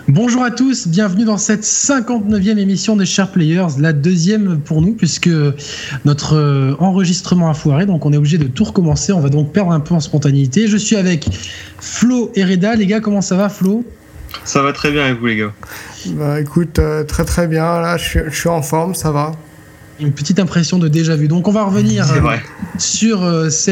Bonjour à tous, bienvenue dans cette 59e émission des Chers Players, la deuxième pour nous puisque notre enregistrement a foiré, donc on est obligé de tout recommencer, on va donc perdre un peu en spontanéité. Je suis avec Flo et Reda. Les gars, comment ça va, Flo ? Ça va très bien avec vous, les gars. Bah écoute, très très bien, là je suis en forme, ça va. Une petite impression de déjà vu. Donc on va revenir sur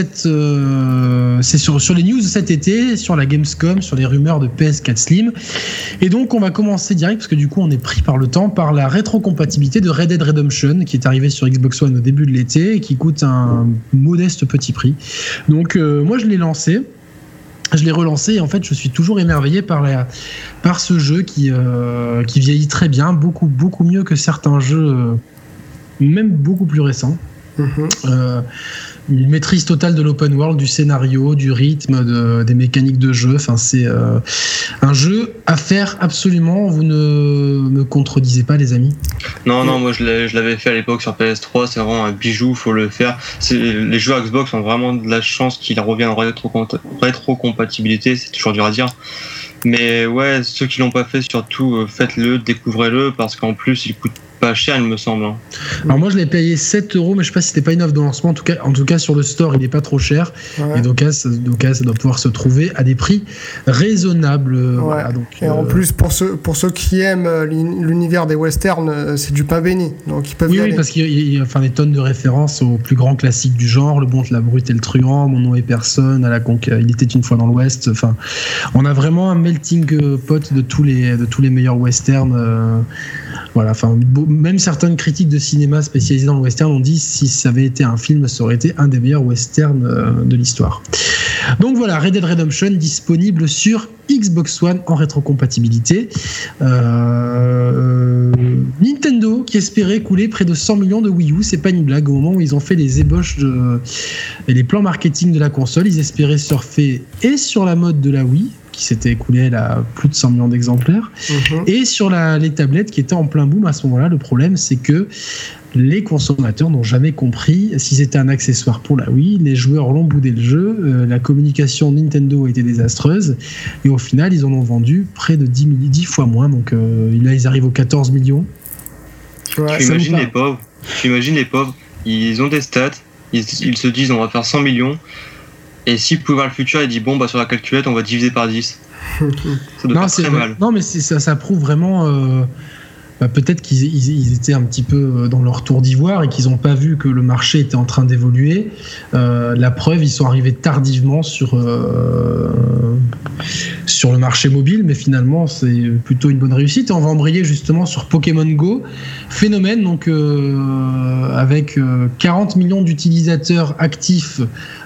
sur les news de cet été, sur la Gamescom, sur les rumeurs de PS4 Slim. Et donc on va commencer direct parce que du coup on est pris par le temps, par la rétrocompatibilité de Red Dead Redemption qui est arrivée sur Xbox One au début de l'été et qui coûte un modeste petit prix. Donc moi je l'ai lancé. Je l'ai relancé et en fait je suis toujours émerveillé par ce jeu qui vieillit très bien, beaucoup mieux que certains jeux même beaucoup plus récents. Une maîtrise totale de l'open world, du scénario, du rythme, des mécaniques de jeu. Enfin, c'est un jeu à faire absolument. Vous ne me contredisez pas, les amis? Non, moi je l'avais fait à l'époque sur PS3. C'est vraiment un bijou, faut le faire. Les jeux Xbox ont vraiment de la chance qu'ils reviennent en rétrocompatibilité. C'est toujours dur à dire. Mais ouais, ceux qui l'ont pas fait, surtout faites-le, découvrez-le, parce qu'en plus il coûte pas cher, il me semble. Alors moi je l'ai payé 7€, mais je sais pas si c'était pas une offre de lancement. En tout cas sur le store il est pas trop cher. Ouais. Et donc ça doit pouvoir se trouver à des prix raisonnables. Ouais. Voilà, donc, et en plus pour ceux qui aiment l'univers des westerns, c'est du pain béni. Donc ils peuvent y aller. Oui, parce qu'il y a des tonnes de références aux plus grands classiques du genre, Le Bonte, la Brute et le Truand, Mon nom est personne, à la conquête, Il était une fois dans l'Ouest. Enfin, on a vraiment un melting pot de tous les meilleurs westerns. Voilà, enfin, même certaines critiques de cinéma spécialisées dans le western ont dit si ça avait été un film, ça aurait été un des meilleurs westerns de l'histoire. Donc voilà, Red Dead Redemption disponible sur Xbox One en rétrocompatibilité. Nintendo qui espérait couler près de 100 millions de Wii U, c'est pas une blague. Au moment où ils ont fait les ébauches et les plans marketing de la console, ils espéraient surfer et sur la mode de la Wii, qui s'était écoulé à plus de 100 millions d'exemplaires, et sur les tablettes qui étaient en plein boom à ce moment-là. Le problème, c'est que les consommateurs n'ont jamais compris si c'était un accessoire pour la Wii. Les joueurs l'ont boudé le jeu, la communication Nintendo a été désastreuse, et au final, ils en ont vendu près de 10 fois moins. Donc là, ils arrivent aux 14 millions. Ouais, tu imagines les pauvres, ils ont des stats, ils se disent on va faire 100 millions. Et s'il pouvait voir le futur, il dit bon, sur la calculette, on va diviser par 10. Ça doit faire très mal. Non, mais ça prouve vraiment. Peut-être qu'ils étaient un petit peu dans leur tour d'ivoire et qu'ils n'ont pas vu que le marché était en train d'évoluer. La preuve, ils sont arrivés tardivement sur le marché mobile, mais finalement, c'est plutôt une bonne réussite. Et on va embrayer justement sur Pokémon Go. Phénomène, donc, avec 40 millions d'utilisateurs actifs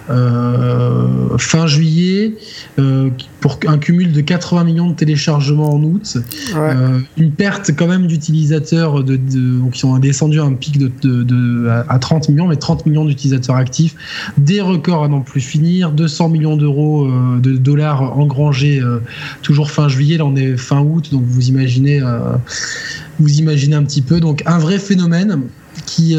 fin juillet, pour un cumul de 80 millions de téléchargements en août, une perte quand même d'utilisateurs donc ils ont descendu à un pic à 30 millions, mais 30 millions d'utilisateurs actifs, des records à n'en plus finir, 200 millions d'euros de dollars engrangés toujours fin juillet. Là on est fin août, donc vous imaginez un petit peu, donc un vrai phénomène qui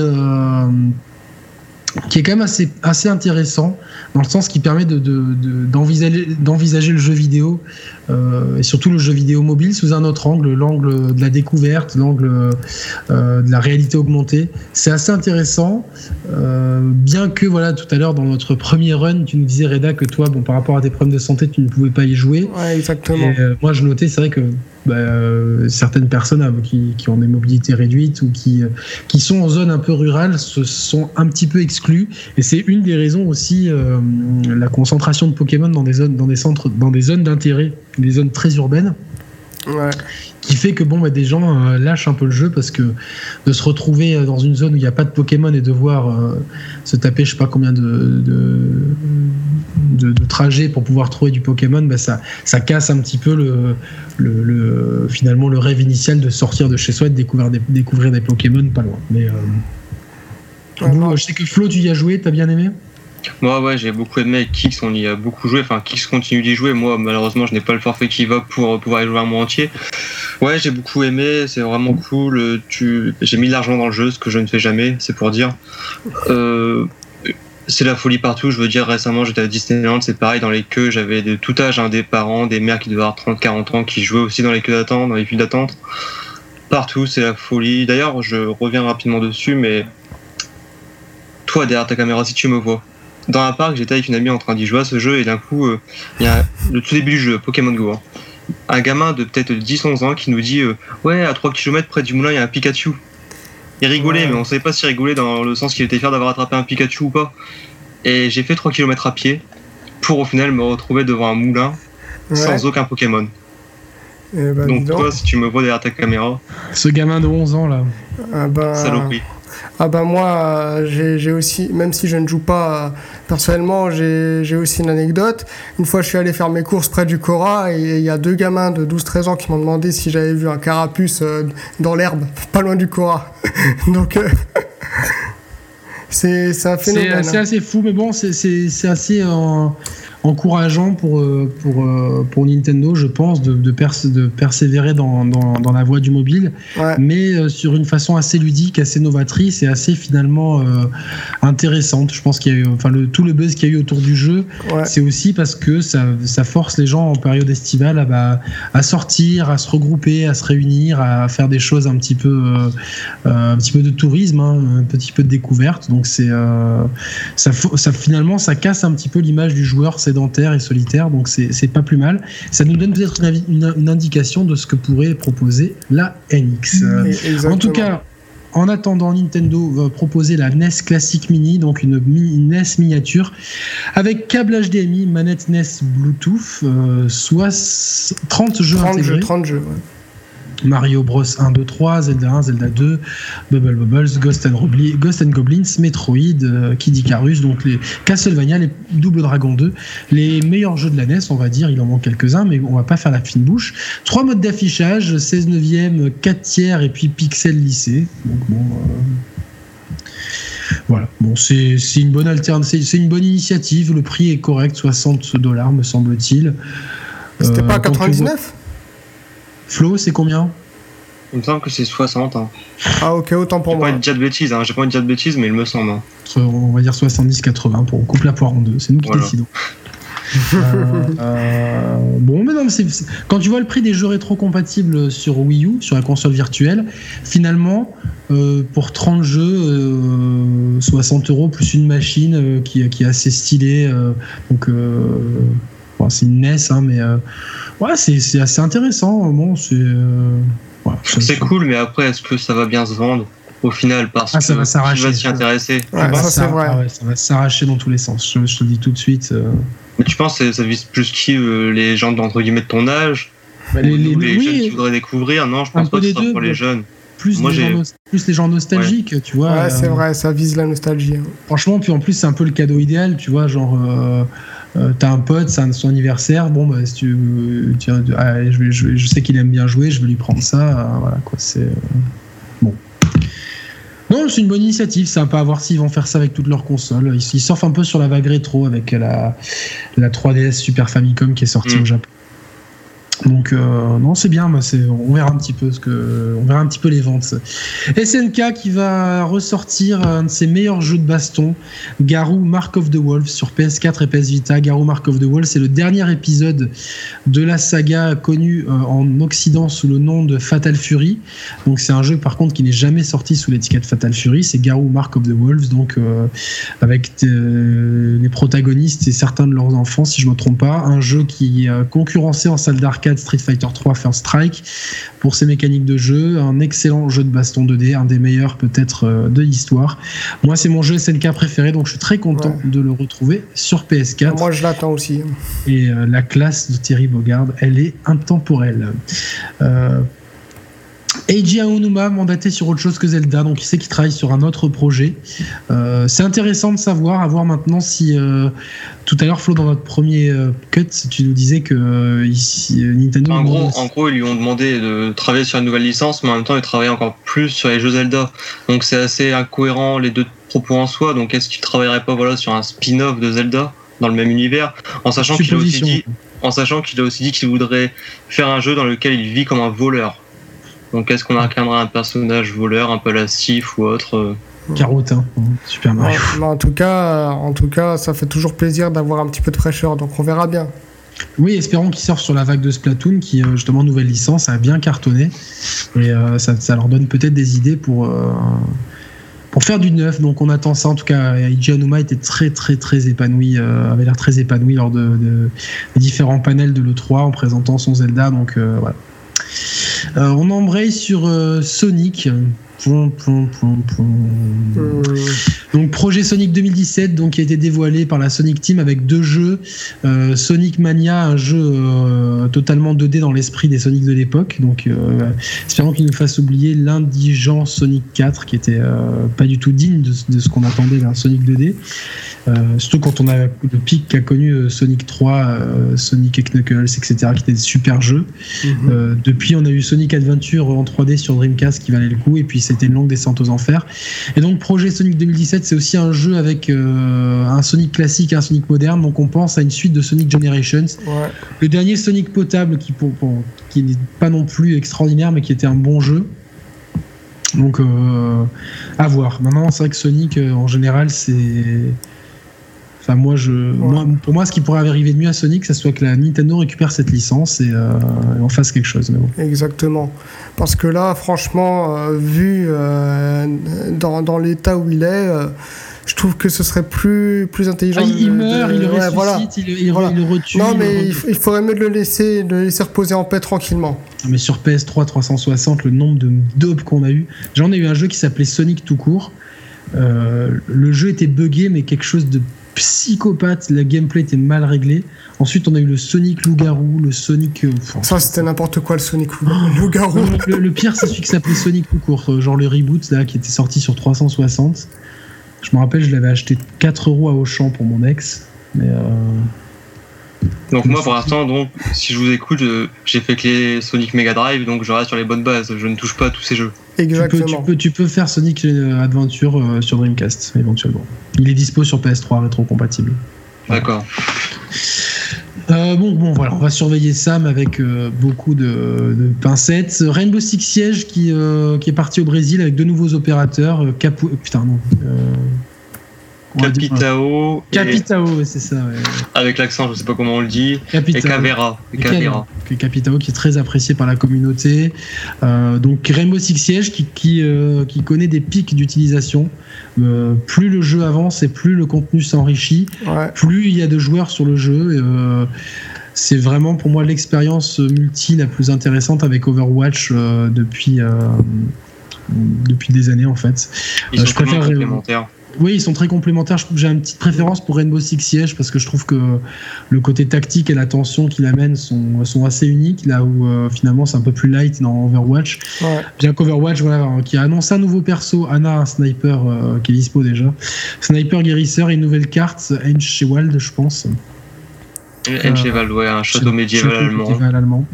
est quand même assez intéressant, dans le sens qui permet d'envisager le jeu vidéo, et surtout le jeu vidéo mobile, sous un autre angle, l'angle de la découverte, l'angle de la réalité augmentée. C'est assez intéressant, bien que voilà, tout à l'heure dans notre premier run, tu nous disais, Reda, que toi, par rapport à tes problèmes de santé, tu ne pouvais pas y jouer. Ouais, exactement. Et, moi, je notais, c'est vrai que certaines personnes qui ont des mobilités réduites ou qui sont en zone un peu rurale se sont un petit peu exclus, et c'est une des raisons aussi, la concentration de Pokémon dans des zones d'intérêt, des zones très urbaines, qui fait que des gens lâchent un peu le jeu, parce que de se retrouver dans une zone où il n'y a pas de Pokémon et devoir se taper je sais pas combien de trajets pour pouvoir trouver du Pokémon, ça casse un petit peu finalement le rêve initial de sortir de chez soi et de découvrir des Pokémon pas loin. Mais je sais que Flo, tu y as joué, t'as bien aimé? Moi, ouais, j'ai beaucoup aimé. Avec Kix, on y a beaucoup joué. Enfin, Kix continue d'y jouer. Moi, malheureusement, je n'ai pas le forfait qui va pour pouvoir y jouer un mois entier. Ouais, j'ai beaucoup aimé. C'est vraiment cool. J'ai mis de l'argent dans le jeu, ce que je ne fais jamais, c'est pour dire. c'est la folie partout. Je veux dire, récemment, j'étais à Disneyland, c'est pareil, dans les queues, j'avais de tout âge, des parents, des mères qui devaient avoir 30-40 ans, qui jouaient aussi dans les queues d'attente, dans les files d'attente. Partout, c'est la folie. D'ailleurs, je reviens rapidement dessus, mais toi, derrière ta caméra, si tu me vois, dans un parc, j'étais avec une amie en train d'y jouer à ce jeu, et d'un coup, il y a le tout début du jeu, Pokémon Go. Un gamin de peut-être 10-11 ans qui nous dit ouais, à 3 km près du moulin, il y a un Pikachu. Il rigolait, mais on savait pas s'il rigolait dans le sens qu'il était fier d'avoir attrapé un Pikachu ou pas. Et j'ai fait 3 km à pied pour au final me retrouver devant un moulin sans aucun Pokémon. Donc toi, si tu me vois derrière ta caméra... Ce gamin de 11 ans là. Saloperie. Moi, j'ai aussi, même si je ne joue pas personnellement, j'ai aussi une anecdote. Une fois, je suis allé faire mes courses près du Cora et il y a 2 gamins de 12-13 ans qui m'ont demandé si j'avais vu un carapuce dans l'herbe, pas loin du Cora. Donc, c'est un phénomène. C'est assez fou, mais bon, c'est assez encourageant pour Nintendo, je pense, de persévérer dans la voie du mobile, mais sur une façon assez ludique, assez novatrice et assez finalement intéressante. Je pense qu'il y a eu, tout le buzz qu'il y a eu autour du jeu, c'est aussi parce que ça force les gens en période estivale à sortir, à se regrouper, à se réunir, à faire des choses un petit peu de tourisme, un petit peu de découverte. Donc ça finalement ça casse un petit peu l'image du joueur sédentaire et solitaire, donc c'est pas plus mal. Ça nous donne peut-être une indication de ce que pourrait proposer la NX. En tout cas, en attendant, Nintendo va proposer la NES Classic Mini, donc une NES miniature avec câble HDMI, manette NES Bluetooth, soit 30 jeux intégrés. 30 jeux, Mario Bros 1, 2, 3, Zelda 1, Zelda 2, Bubble Bobbles, Ghost and Goblins, Metroid, Kid Icarus, donc les Castlevania, les Double Dragon 2, les meilleurs jeux de la NES, on va dire, il en manque quelques-uns, mais on va pas faire la fine bouche. 3 modes d'affichage, 16 neuvième, 4 tiers et puis pixel lissé. Donc bon... Voilà, bon, c'est une bonne alternative, c'est une bonne initiative, le prix est correct, $60 me semble-t-il. C'était pas 99 ? Flo, c'est combien ? Il me semble que c'est 60. Hein. Ah ok, autant pour moi. J'ai pas envie de dire de bêtises, mais il me semble. On va dire 70-80 pour couper la poire en deux, c'est nous qui décidons. Bon, mais non, quand tu vois le prix des jeux rétro-compatibles sur Wii U, sur la console virtuelle, finalement, pour 30 jeux, 60€ plus une machine qui est assez stylée, donc c'est une NES, hein, mais c'est assez intéressant. Bon, c'est cool, mais après, est-ce que ça va bien se vendre au final, parce que ça va s'arracher, qui va s'y intéresser? Ça c'est vrai. Ça va s'arracher dans tous les sens. Je te le dis tout de suite. Mais tu penses que ça vise plus qui, les gens entre guillemets de ton âge, les jeunes qui voudraient découvrir? Non, je pense pas que ce sera pour les jeunes. Plus les gens nostalgiques, tu vois. Ouais, c'est vrai, ça vise la nostalgie. Franchement, puis en plus, c'est un peu le cadeau idéal, tu vois, genre... t'as un pote, c'est son anniversaire, bon bah si je sais qu'il aime bien jouer, je vais lui prendre ça, voilà quoi, c'est bon. Non, c'est une bonne initiative, c'est sympa à voir s'ils vont faire ça avec toutes leurs consoles. Ils surfent un peu sur la vague rétro avec la 3DS Super Famicom qui est sortie au Japon. Donc non, c'est bien, on verra un petit peu les ventes. SNK qui va ressortir un de ses meilleurs jeux de baston, Garou Mark of the Wolf sur PS4 et PS Vita. Garou Mark of the Wolf, c'est le dernier épisode de la saga connue en Occident sous le nom de Fatal Fury. Donc c'est un jeu par contre qui n'est jamais sorti sous l'étiquette Fatal Fury, c'est Garou Mark of the Wolf, donc avec les protagonistes et certains de leurs enfants si je me trompe pas. Un jeu qui est concurrencé en salle d'arcade Street Fighter 3 First Strike pour ses mécaniques de jeu, un excellent jeu de baston 2D, un des meilleurs peut-être de l'histoire. Moi c'est mon jeu SNK préféré, donc je suis très content de le retrouver sur PS4. Moi je l'attends aussi. Et la classe de Terry Bogard, elle est intemporelle. Eiji Aonuma, mandaté sur autre chose que Zelda, donc il sait qu'il travaille sur un autre projet. C'est intéressant de savoir, à voir maintenant si... tout à l'heure, Flo, dans notre premier cut, tu nous disais que Nintendo... En gros, ils lui ont demandé de travailler sur une nouvelle licence, mais en même temps, il travaille encore plus sur les jeux Zelda. Donc c'est assez incohérent, les deux propos en soi. Donc est-ce qu'il ne travaillerait pas sur un spin-off de Zelda dans le même univers, en sachant qu'il a aussi dit qu'il voudrait faire un jeu dans lequel il vit comme un voleur. Donc est-ce qu'on incarnerait un personnage voleur un peu lascif ou autre? Carotin, Super Mario. Mais en tout cas, ça fait toujours plaisir d'avoir un petit peu de fraîcheur, donc on verra bien. Oui, espérons qu'ils sortent sur la vague de Splatoon, qui justement nouvelle licence a bien cartonné, et ça leur donne peut-être des idées pour faire du neuf. Donc on attend ça. En tout cas, Eiji Aonuma était très très très épanoui, avait l'air très épanoui lors des différents panels de l'E3 en présentant son Zelda. Donc voilà. On embraye sur Sonic. Donc projet Sonic 2017 donc, qui a été dévoilé par la Sonic Team avec 2 jeux. Sonic Mania, un jeu totalement 2D dans l'esprit des Sonic de l'époque. Donc espérons qu'il nous fasse oublier l'indigent Sonic 4 qui était pas du tout digne de ce qu'on attendait d'un Sonic 2D. Surtout quand on a le pic qu'a connu Sonic 3, Sonic et Knuckles, etc., qui étaient des super jeux. Depuis, on a eu Sonic Adventure en 3D sur Dreamcast qui valait le coup, et puis c'était une longue descente aux enfers. Et donc, projet Sonic 2017, c'est aussi un jeu avec un Sonic classique et un Sonic moderne, donc on pense à une suite de Sonic Generations. Ouais. Le dernier Sonic potable, qui n'est pas non plus extraordinaire, mais qui était un bon jeu. Donc, à voir. Maintenant, c'est vrai que Sonic, en général, c'est... Enfin, pour moi, ce qui pourrait arriver de mieux à Sonic, ça soit que la Nintendo récupère cette licence et en fasse quelque chose. Mais bon. Exactement. Parce que là, franchement, vu dans l'état où il est, je trouve que ce serait plus intelligent. Il meurt, il le ressuscite, il le retue. Non, mais il faudrait mieux le laisser reposer en paix tranquillement. Mais sur PS3 360, le nombre de dopes qu'on a eu. J'en ai eu un jeu qui s'appelait Sonic tout court. Le jeu était buggé, mais quelque chose de psychopathe, la gameplay était mal réglée. Ensuite, on a eu le Sonic Loup-Garou, le Sonic... Ça, c'était n'importe quoi, le Sonic Loup-Garou. Le pire, c'est celui qui s'appelait Sonic tout court, genre le reboot, là, qui était sorti sur 360. Je me rappelle, je l'avais acheté 4 € à Auchan pour mon ex. Mais donc moi, pour l'instant, donc, si je vous écoute, j'ai fait que les Sonic Mega Drive, donc je reste sur les bonnes bases. Je ne touche pas à tous ces jeux. Exactement. Tu peux faire Sonic Adventure sur Dreamcast, éventuellement. Il est dispo sur PS3, rétro-compatible. D'accord. Bon, voilà, on va surveiller Sam avec beaucoup de pincettes. Rainbow Six Siege qui est parti au Brésil avec 2 nouveaux opérateurs. Capitao, c'est ça. Ouais. Avec l'accent, je sais pas comment on le dit. Capitao. Et Cavera. Capitao qui est très apprécié par la communauté. Donc Rainbow Six Siege qui connaît des pics d'utilisation. Plus le jeu avance et plus le contenu s'enrichit, plus il y a de joueurs sur le jeu. C'est vraiment pour moi l'expérience multi la plus intéressante avec Overwatch depuis des années en fait. Ils sont complémentaires. Oui, ils sont très complémentaires. J'ai une petite préférence pour Rainbow Six Siege parce que je trouve que le côté tactique et la tension qu'il amène sont assez uniques, là où finalement c'est un peu plus light dans Overwatch. Ouais. Bien qu'Overwatch, qui a annoncé un nouveau perso, Ana, un sniper qui est dispo déjà. Sniper guérisseur et une nouvelle carte, Enchewald, je pense. Enchewald, un château médiéval allemand.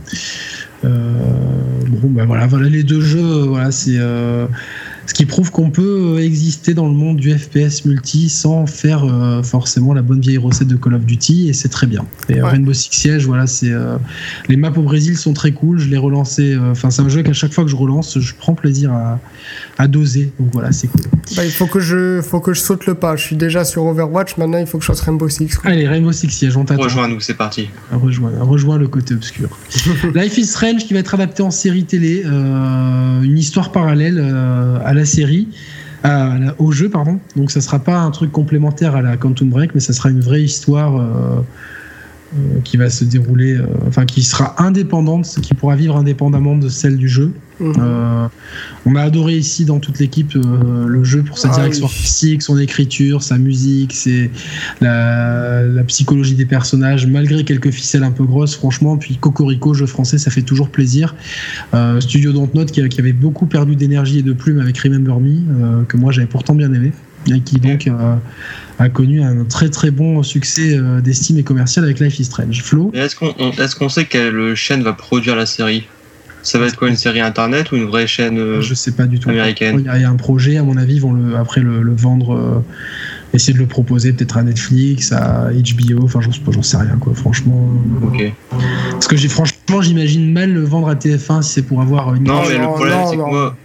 Voilà les 2 jeux, c'est... Ce qui prouve qu'on peut exister dans le monde du FPS multi sans faire forcément la bonne vieille recette de Call of Duty, et c'est très bien. Et Rainbow Six Siege, c'est les maps au Brésil sont très cool. Je l'ai relancé. C'est un jeu qu'à chaque fois que je relance, je prends plaisir à doser. Donc voilà, c'est cool. Il faut que je saute le pas. Je suis déjà sur Overwatch. Maintenant, il faut que je fasse Rainbow Six. Allez, Rainbow Six Siege, on t'attend. Rejoins-nous, c'est parti. Rejoins le côté obscur. Life is Strange qui va être adapté en série télé, une histoire parallèle à la série, au jeu, pardon. Donc ça sera pas un truc complémentaire à la Quantum Break, mais ça sera une vraie histoire qui va se dérouler, qui sera indépendante, qui pourra vivre indépendamment de celle du jeu. On a adoré ici dans toute l'équipe le jeu pour sa direction artistique, son écriture, sa musique, c'est la psychologie des personnages, malgré quelques ficelles un peu grosses, franchement. Puis Cocorico, jeu français, ça fait toujours plaisir. Studio Dontnod qui avait beaucoup perdu d'énergie et de plume avec Remember Me, que moi j'avais pourtant bien aimé, et qui donc a connu un très très bon succès d'estime et commercial avec Life is Strange. Flo, est-ce qu'on sait quelle chaîne va produire la série? Ça va être quoi, une série internet ou une vraie chaîne je sais pas du tout américaine? Il y a un projet, à mon avis, ils vont le vendre, essayer de le proposer peut-être à Netflix, à HBO, j'en sais rien quoi, franchement. Ok. Parce que franchement j'imagine mal le vendre à TF1 si c'est pour avoir une... Non, mais le problème c'est que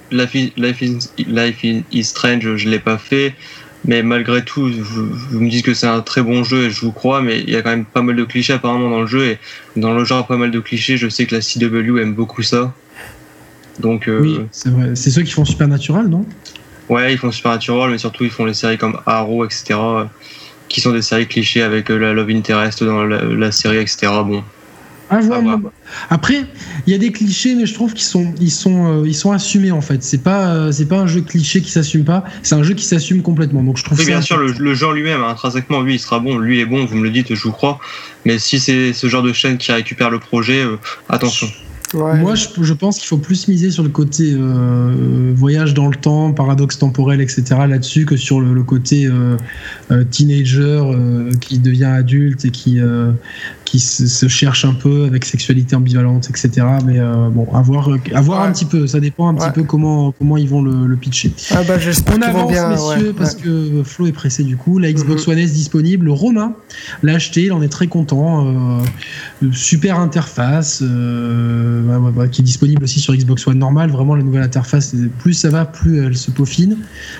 Life is Strange, je l'ai pas fait, mais malgré tout, vous me dites que c'est un très bon jeu et je vous crois, mais il y a quand même pas mal de clichés apparemment dans le jeu, et dans le genre pas mal de clichés, je sais que la CW aime beaucoup ça. Donc, oui, c'est vrai. C'est ceux qui font Supernatural, non ? Ouais, ils font Supernatural, mais surtout ils font les séries comme Arrow, etc., qui sont des séries clichés avec la Love Interest dans la série, etc. Bon. À voir. Après, il y a des clichés, mais je trouve qu'ils sont assumés en fait. C'est pas un jeu cliché qui s'assume pas. C'est un jeu qui s'assume complètement. Donc je trouve. Oui, ça bien sûr, le jeu lui-même, intrinsèquement, lui, il sera bon. Lui est bon. Vous me le dites, je vous crois. Mais si c'est ce genre de chaîne qui récupère le projet, attention. Ouais. Moi, je pense qu'il faut plus miser sur le côté voyage dans le temps, paradoxe temporel, etc. là-dessus, que sur le côté teenager qui devient adulte et qui se cherche un peu avec sexualité ambivalente, etc. Mais bon, à voir un petit peu. Ça dépend un petit peu comment ils vont le pitcher. Ah bah, j'espère qu'ils vont bien, messieurs, parce que Flo est pressé du coup. La Xbox One S disponible. Romain l'a acheté, il en est très content. Super interface. Qui est disponible aussi sur Xbox One normale. Vraiment, la nouvelle interface, plus ça va, plus elle se peaufine.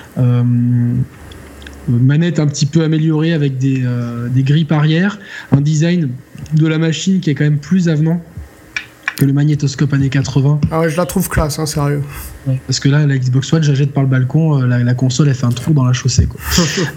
Manette un petit peu améliorée avec des grippes arrière, un design de la machine qui est quand même plus avenant que le magnétoscope années 80. Ah ouais, je la trouve classe, hein, sérieux. Ouais, parce que là, la Xbox One, je la jette par le balcon, la console, elle fait un trou dans la chaussée, quoi.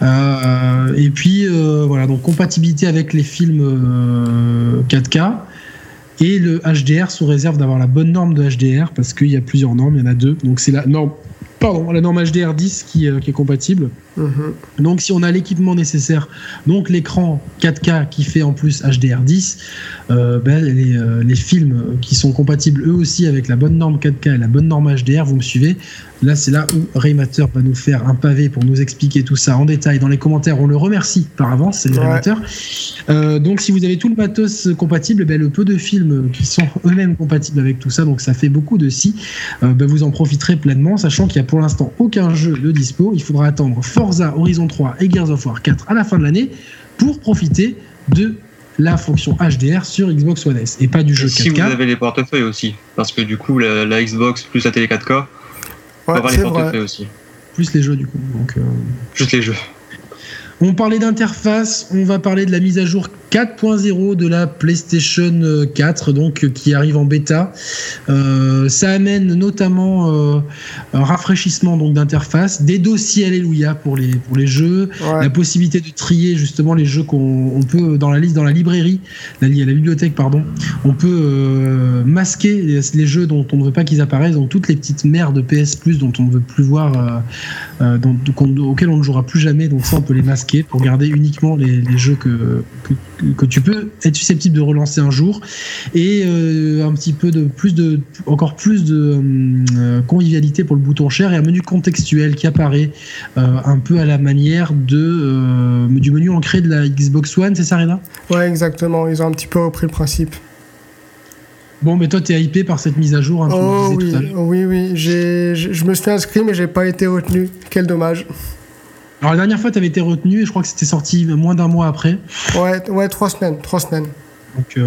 Et puis, voilà, donc compatibilité avec les films 4K. Et le HDR sous réserve d'avoir la bonne norme de HDR, parce qu'il y a plusieurs normes, il y en a deux. Donc c'est la norme HDR 10 qui est compatible. Donc si on a l'équipement nécessaire, donc l'écran 4K qui fait en plus HDR 10, les films qui sont compatibles eux aussi avec la bonne norme 4K et la bonne norme HDR, vous me suivez. Là, c'est là où Raymatter va nous faire un pavé pour nous expliquer tout ça en détail dans les commentaires. On le remercie par avance, c'est le Raymatter. Donc, si vous avez tout le matos compatible, le peu de films qui sont eux-mêmes compatibles avec tout ça, donc ça fait beaucoup de si, vous en profiterez pleinement, sachant qu'il n'y a pour l'instant aucun jeu de dispo. Il faudra attendre Forza Horizon 3 et Gears of War 4 à la fin de l'année pour profiter de la fonction HDR sur Xbox One S et pas du jeu 4K. Si vous avez les portefeuilles aussi, parce que du coup, la Xbox plus la télé 4K, on va avoir les portefeuilles aussi. Plus les jeux, du coup. Donc, juste les jeux. On parlait d'interface, on va parler de la mise à jour 4.0 de la PlayStation 4, donc qui arrive en bêta. Ça amène notamment un rafraîchissement donc d'interface, des dossiers Alléluia pour les jeux, la possibilité de trier justement les jeux qu'on peut dans la librairie, la bibliothèque pardon. On peut masquer les jeux dont on ne veut pas qu'ils apparaissent, donc toutes les petites merdes de PS Plus dont on ne veut plus voir, auxquelles on ne jouera plus jamais. Donc ça, on peut les masquer pour garder uniquement les jeux que tu peux être susceptible de relancer un jour, et un petit peu encore plus de convivialité pour le bouton share, et un menu contextuel qui apparaît un peu à la manière du menu ancré de la Xbox One, c'est ça, Reda ? Ouais, exactement, ils ont un petit peu repris le principe. Bon, mais toi, t'es hypé par cette mise à jour, hein, tu disais tout à l'heure. Oui, je me suis inscrit, mais j'ai pas été retenu. Quel dommage. Alors la dernière fois, tu avais été retenu et je crois que c'était sorti moins d'un mois après. Ouais, 3 semaines. Donc,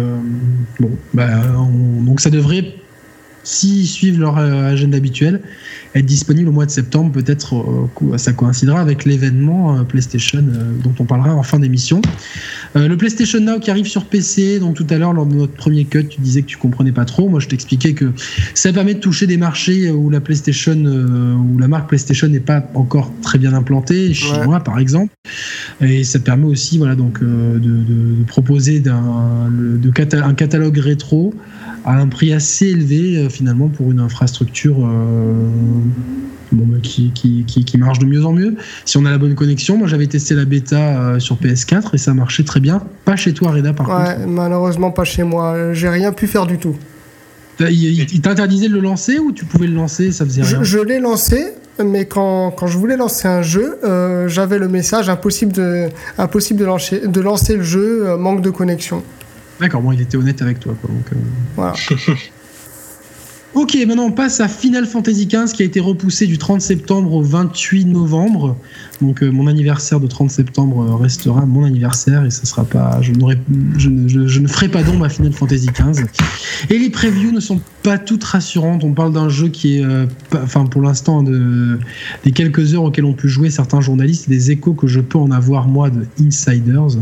donc ça devrait, s'ils suivent leur agenda habituel, être disponible au mois de septembre. Peut-être ça coïncidera avec l'événement PlayStation dont on parlera en fin d'émission. Le PlayStation Now qui arrive sur PC. Donc tout à l'heure, lors de notre premier cut, tu disais que tu comprenais pas trop. Moi, je t'expliquais que ça permet de toucher des marchés où la PlayStation, où la marque PlayStation n'est pas encore très bien implantée, chinois par exemple. Et ça permet aussi, de proposer un catalogue rétro à un prix assez élevé finalement pour une infrastructure qui marche de mieux en mieux si on a la bonne connexion. Moi j'avais testé la bêta sur PS4 et ça marchait très bien. Pas chez toi, Reda, par contre. Malheureusement pas chez moi, j'ai rien pu faire du tout. Il t'interdisait de le lancer ou tu pouvais le lancer, ça faisait rien? Je l'ai lancé, mais quand je voulais lancer un jeu, j'avais le message impossible de lancer le jeu, manque de connexion. D'accord, bon, il était honnête avec toi, quoi. Donc, voilà. Ok, maintenant on passe à Final Fantasy XV qui a été repoussé du 30 septembre au 28 novembre. Donc mon anniversaire de 30 septembre restera mon anniversaire et ça sera pas, je ne ferai pas d'ombre à Final Fantasy XV. Et les previews ne sont pas toutes rassurantes. On parle d'un jeu qui est, pour l'instant, des quelques heures auxquelles ont pu jouer certains journalistes, des échos que je peux en avoir moi de Insiders.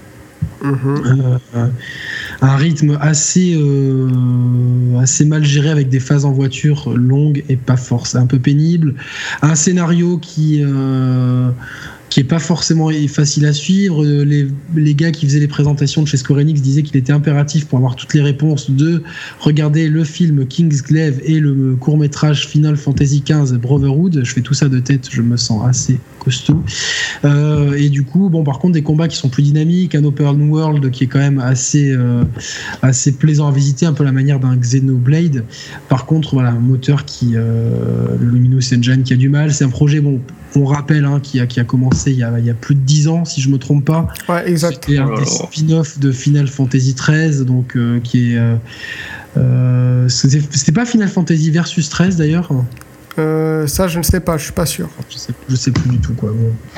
Un rythme assez mal géré avec des phases en voiture longues et pas forcément un peu pénibles, un scénario qui est pas forcément facile à suivre. Les gars qui faisaient les présentations de chez Square Enix disaient qu'il était impératif pour avoir toutes les réponses de regarder le film Kingsglaive et le court-métrage Final Fantasy XV Brotherhood. Je fais tout ça de tête, je me sens assez costaud. Et du coup, par contre, des combats qui sont plus dynamiques, un open world qui est quand même assez plaisant à visiter, un peu la manière d'un Xenoblade. Par contre, voilà, un moteur le Luminous Engine qui a du mal. C'est un projet, on rappelle, qui a commencé il y a plus de 10 ans, si je me trompe pas. Ouais, exact. C'était un des spin-off de Final Fantasy XIII, donc qui est. C'était pas Final Fantasy Versus 13 d'ailleurs. Ça, je ne sais pas, je suis pas sûr. Je sais plus du tout quoi.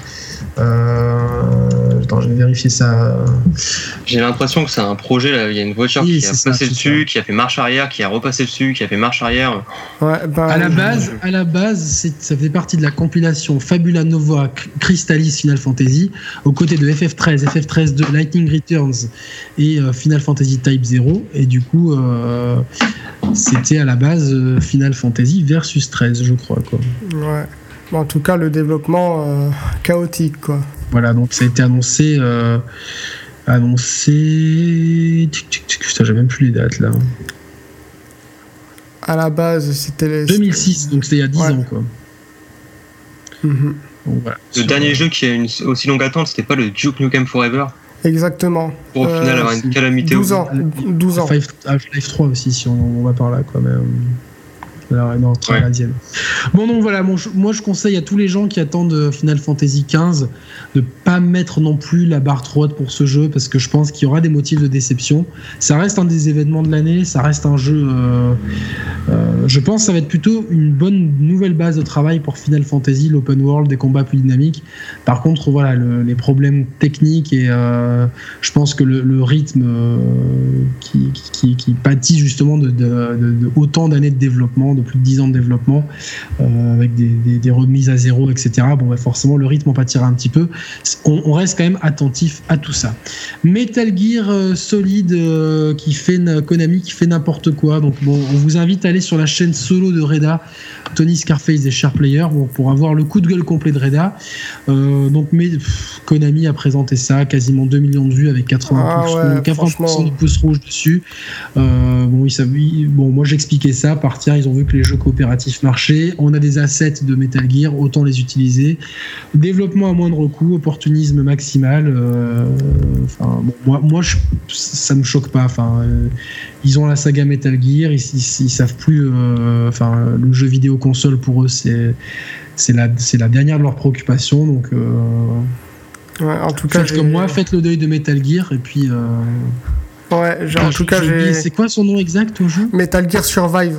Attends, je vais vérifier ça. J'ai l'impression que c'est un projet, là. Il y a une voiture qui a passé dessus, qui a fait marche arrière, qui a repassé dessus, qui a fait marche arrière. Ouais, à la base, ça fait partie de la compilation Fabula Nova Crystallis Final Fantasy, aux côtés de FF13, FF13-2, Lightning Returns et Final Fantasy Type 0. Et du coup, c'était à la base Final Fantasy Versus 13, je crois, quoi. Ouais. En tout cas, le développement chaotique, quoi. Voilà, donc ça a été annoncé. Putain, j'ai même plus les dates là. À la base, c'était 2006, donc c'était il y a 10 ans, quoi. Mm-hmm. Donc, voilà. Le dernier jeu qui a une aussi longue attente, c'était pas le Duke Nukem Forever? Exactement. Pour au final avoir une calamité. 12 ans. 12 ans. Half-Life 3 aussi, si on va par là, quoi. Mais, alors, non, très canadienne. Bon, donc voilà, moi je conseille à tous les gens qui attendent Final Fantasy XV de pas mettre non plus la barre trop haute pour ce jeu, parce que je pense qu'il y aura des motifs de déception. Ça reste un des événements de l'année, ça reste un jeu. Je pense que ça va être plutôt une bonne nouvelle base de travail pour Final Fantasy, l'open world, des combats plus dynamiques. Par contre, voilà, les problèmes techniques et je pense que le rythme qui pâtit justement de autant d'années de développement, de plus de 10 ans de développement, avec des remises à zéro, etc. Forcément, le rythme en pâtira un petit peu. On reste quand même attentif à tout ça. Metal Gear Solid, Konami qui fait n'importe quoi. Donc, on vous invite à aller sur la chaîne solo de Reda, Tony Scarface et Sharplayer, pour avoir le coup de gueule complet de Reda. Konami a présenté ça, quasiment 2 millions de vues avec 80% de pouces rouges dessus. Moi j'expliquais ça, ils ont vu que les jeux coopératifs marchaient, on a des assets de Metal Gear, autant les utiliser. Développement à moindre coût, opportunisme maximal. Moi ça me choque pas. Ils ont la saga Metal Gear, ils savent plus. Le jeu vidéo console pour eux, c'est la dernière de leurs préoccupations. Donc, en tout cas, faites comme moi, faites le deuil de Metal Gear et puis. C'est quoi son nom exact au jeu? Metal Gear Survive.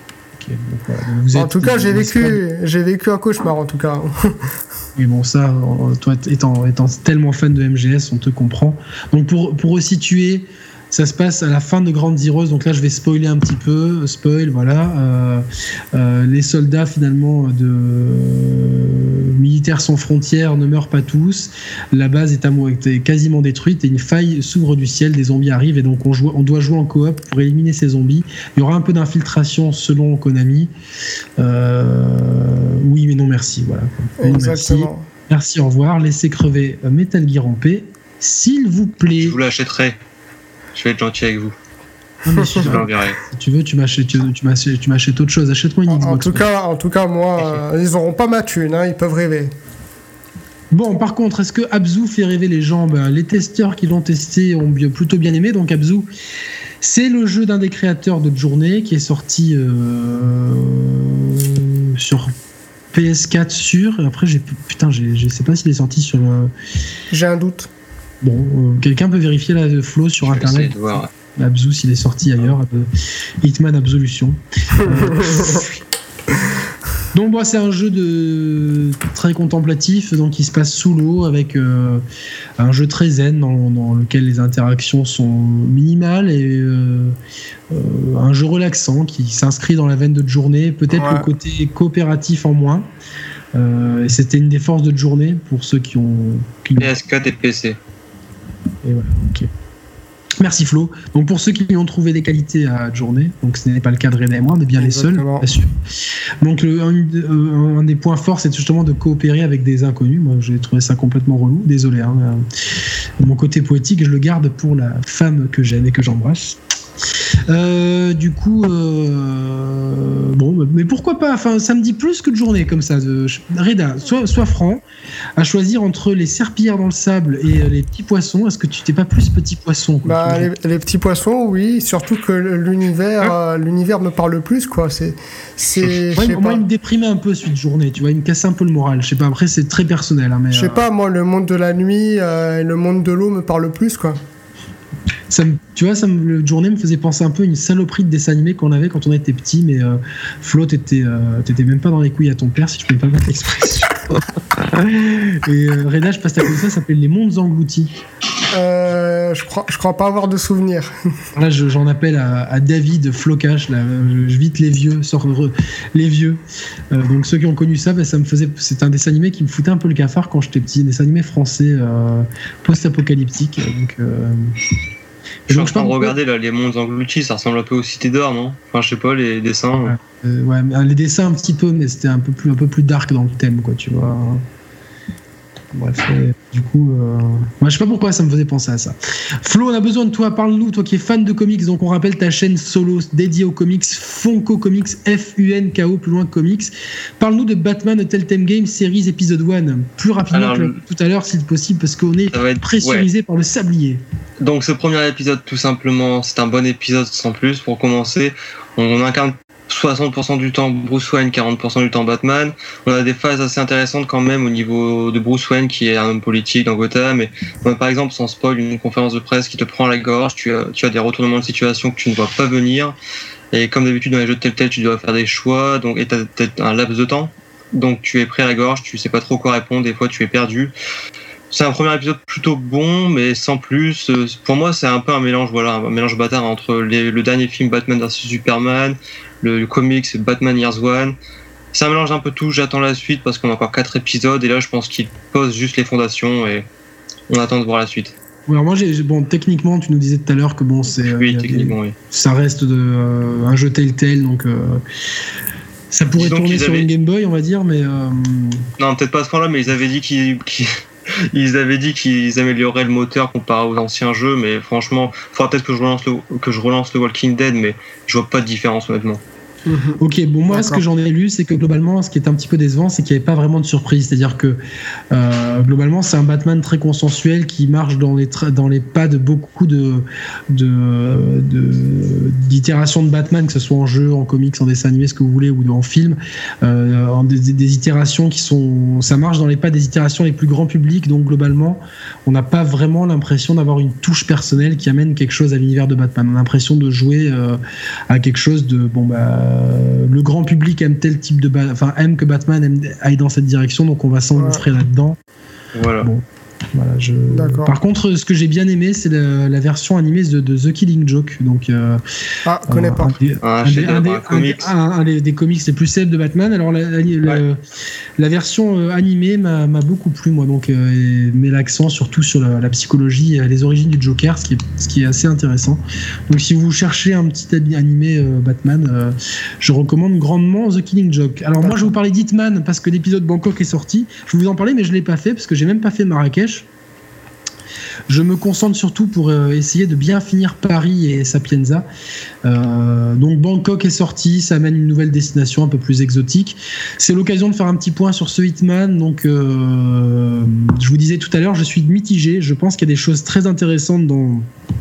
En tout cas, j'ai vécu un cauchemar en tout cas. Oui, bon, ça, toi étant tellement fan de MGS, on te comprend. Donc pour resituer, ça se passe à la fin de Ground Zeroes, donc là je vais spoiler un petit peu, voilà. Les soldats finalement de Militaires sans frontières ne meurent pas tous, la base est quasiment détruite et une faille s'ouvre du ciel, des zombies arrivent et donc on doit jouer en coop pour éliminer ces zombies. Il y aura un peu d'infiltration selon Konami. Oui mais non merci, voilà. Exactement. Merci, au revoir, laissez crever Metal Gear en paix, s'il vous plaît. Je vous l'achèterai. Je vais être gentil avec vous. Non, mais si tu veux, tu m'achètes autre chose. Achète-moi une Xbox. En tout cas, moi, ils n'auront pas ma thune, ils peuvent rêver. Bon, par contre, est-ce que Abzu fait rêver les gens? Les testeurs qui l'ont testé ont plutôt bien aimé. Donc Abzu, c'est le jeu d'un des créateurs de Journée qui est sorti sur PS4 sûr. Et après, je sais pas s'il est sorti sur. J'ai un doute. Bon, quelqu'un peut vérifier la Flo sur Internet. Abzu, s'il est sorti ailleurs, Hitman Absolution. Donc moi, c'est un jeu très contemplatif, donc qui se passe sous l'eau, avec un jeu très zen dans lequel les interactions sont minimales et un jeu relaxant qui s'inscrit dans la veine de journée, peut-être le côté coopératif en moins. Et c'était une des forces de journée pour ceux qui ont... PS4 et PC. Et voilà, ok. Merci Flo. Donc pour ceux qui ont trouvé des qualités à journée, donc ce n'est pas le cas de Reda et moi, on est bien les seuls, bien sûr. Donc un des points forts, c'est justement de coopérer avec des inconnus. Moi, j'ai trouvé ça complètement relou. Désolé. Mon côté poétique, je le garde pour la femme que j'aime et que j'embrasse. Du coup, bon, mais pourquoi pas? Enfin, ça me dit plus que de journée comme ça. Reda, sois franc. À choisir entre les serpillères dans le sable et les petits poissons, est-ce que tu t'es pas plus petit poisson, quoi? Les petits poissons, oui. Surtout que l'univers me parle plus, quoi. Moi, il me déprimait un peu suite journée. Tu vois, il me cassait un peu le moral. Je sais pas. Après, c'est très personnel. Hein, mais je sais pas. Moi, le monde de la nuit et le monde de l'eau me parle plus, quoi. Tu vois, le journée me faisait penser un peu à une saloperie de dessin animé qu'on avait quand on était petit, mais Flo, t'étais même pas dans les couilles à ton père, si je peux me permettre l'expression. Et Reda, je passe ta ça s'appelle Les Mondes Engloutis. Je crois pas avoir de souvenirs. Là, j'en appelle à David Flocache. Là, je vite les vieux, les vieux. Donc ceux qui ont connu ça, c'est un dessin animé qui me foutait un peu le cafard quand j'étais petit. Dessin animé français post-apocalyptique. Je suis en train de regarder là, Les Mondes Engloutis, ça ressemble un peu aux Cités d'Or, non? Enfin, je sais pas, les dessins. Ouais, les dessins un petit peu, mais c'était un peu plus dark dans le thème, quoi, tu vois. Bref, du coup, moi, je sais pas pourquoi ça me faisait penser à ça. Flo, on a besoin de toi. Parle-nous, toi qui es fan de comics. Donc, on rappelle ta chaîne solo dédiée aux comics, Funko Comics, Funko, plus loin que comics. Parle-nous de Batman Telltale Games Series épisode 1, plus rapidement que tout à l'heure, si possible, parce qu'on est pressurisé par le sablier. Donc, ce premier épisode, tout simplement, c'est un bon épisode sans plus. Pour commencer, on incarne 60% du temps Bruce Wayne, 40% du temps Batman. On a des phases assez intéressantes quand même au niveau de Bruce Wayne, qui est un homme politique dans Gotham. Et on a, par exemple, sans spoil, une conférence de presse qui te prend à la gorge. Tu as des retournements de situation que tu ne vois pas venir. Et comme d'habitude dans les jeux de Telltale, tu dois faire des choix. Donc, et tu as un laps de temps. Donc tu es pris à la gorge, tu sais pas trop quoi répondre. Des fois, tu es perdu. C'est un premier épisode plutôt bon, mais sans plus. Pour moi, c'est un peu un mélange bâtard entre le dernier film Batman vs Superman, le comics Batman Years One. C'est un mélange un peu tout. J'attends la suite parce qu'on a encore 4 épisodes et là, je pense qu'il pose juste les fondations et on attend de voir la suite. Alors moi, techniquement, tu nous disais tout à l'heure que bon, c'est oui. Ça reste un jeu Telltale, donc ça pourrait tourner sur une Game Boy, on va dire, mais non, peut-être pas à ce point-là, mais ils avaient dit qu'ils amélioraient le moteur comparé aux anciens jeux, mais franchement, il faudra peut-être que je relance le Walking Dead, mais je vois pas de différence honnêtement. Ok, bon, moi, ce que j'en ai lu, c'est que globalement, ce qui est un petit peu décevant, c'est qu'il n'y avait pas vraiment de surprise. C'est-à-dire que globalement, c'est un Batman très consensuel qui marche dans les pas de beaucoup d'itérations de Batman, que ce soit en jeu, en comics, en dessin animé, ce que vous voulez, ou en film. Des itérations ça marche dans les pas des itérations les plus grand public. Donc globalement, on n'a pas vraiment l'impression d'avoir une touche personnelle qui amène quelque chose à l'univers de Batman. On a l'impression de jouer à quelque chose de le grand public aime tel type aime que Batman aille dans cette direction, donc on va s'engouffrer là-dedans. Voilà. Bon, voilà, Par contre, ce que j'ai bien aimé, c'est la version animée de The Killing Joke. Donc, connais pas. Un des comics les plus célèbres de Batman. Alors, la version animée m'a beaucoup plu, moi. Donc, met l'accent surtout sur la psychologie et les origines du Joker, ce qui est assez intéressant. Donc, si vous cherchez un petit animé Batman, je recommande grandement The Killing Joke. Alors, moi, je vais vous parler d'Hitman parce que l'épisode Bangkok est sorti. Je vais vous en parler, mais je l'ai pas fait parce que j'ai même pas fait Marrakech. Je me concentre surtout pour essayer de bien finir Paris et Sapienza. Donc Bangkok est sorti, ça amène une nouvelle destination un peu plus exotique. C'est l'occasion de faire un petit point sur ce Hitman. Donc je vous disais tout à l'heure, je suis mitigé. Je pense qu'il y a des choses très intéressantes dans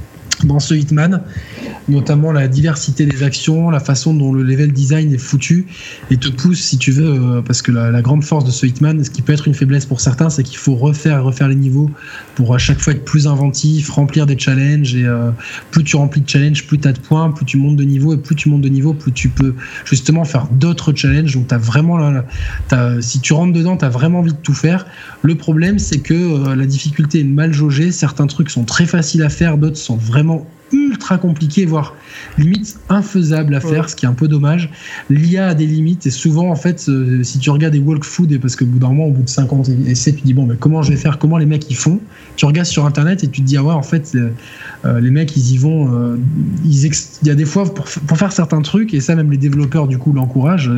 dans ce Hitman, notamment la diversité des actions, la façon dont le level design est foutu, et te pousse, si tu veux, parce que la grande force de ce Hitman, ce qui peut être une faiblesse pour certains, c'est qu'il faut refaire les niveaux pour à chaque fois être plus inventif, remplir des challenges, et plus tu remplis de challenges, plus tu as de points, plus tu montes de niveau, et plus tu montes de niveau, plus tu peux justement faire d'autres challenges. Donc t'as vraiment si tu rentres dedans, t'as vraiment envie de tout faire. Le problème, c'est que la difficulté est mal jaugée, certains trucs sont très faciles à faire, d'autres sont vraiment ultra compliqués, voire limite infaisables à faire, ce qui est un peu dommage. L'IA a des limites, et souvent en fait si tu regardes des walkthroughs, et parce que au bout de 50 essais tu dis bon, mais comment je vais faire, comment les mecs ils font, tu regardes sur internet et tu te dis ah ouais, en fait les mecs ils y vont, il y a des fois pour faire certains trucs, et ça même les développeurs du coup l'encouragent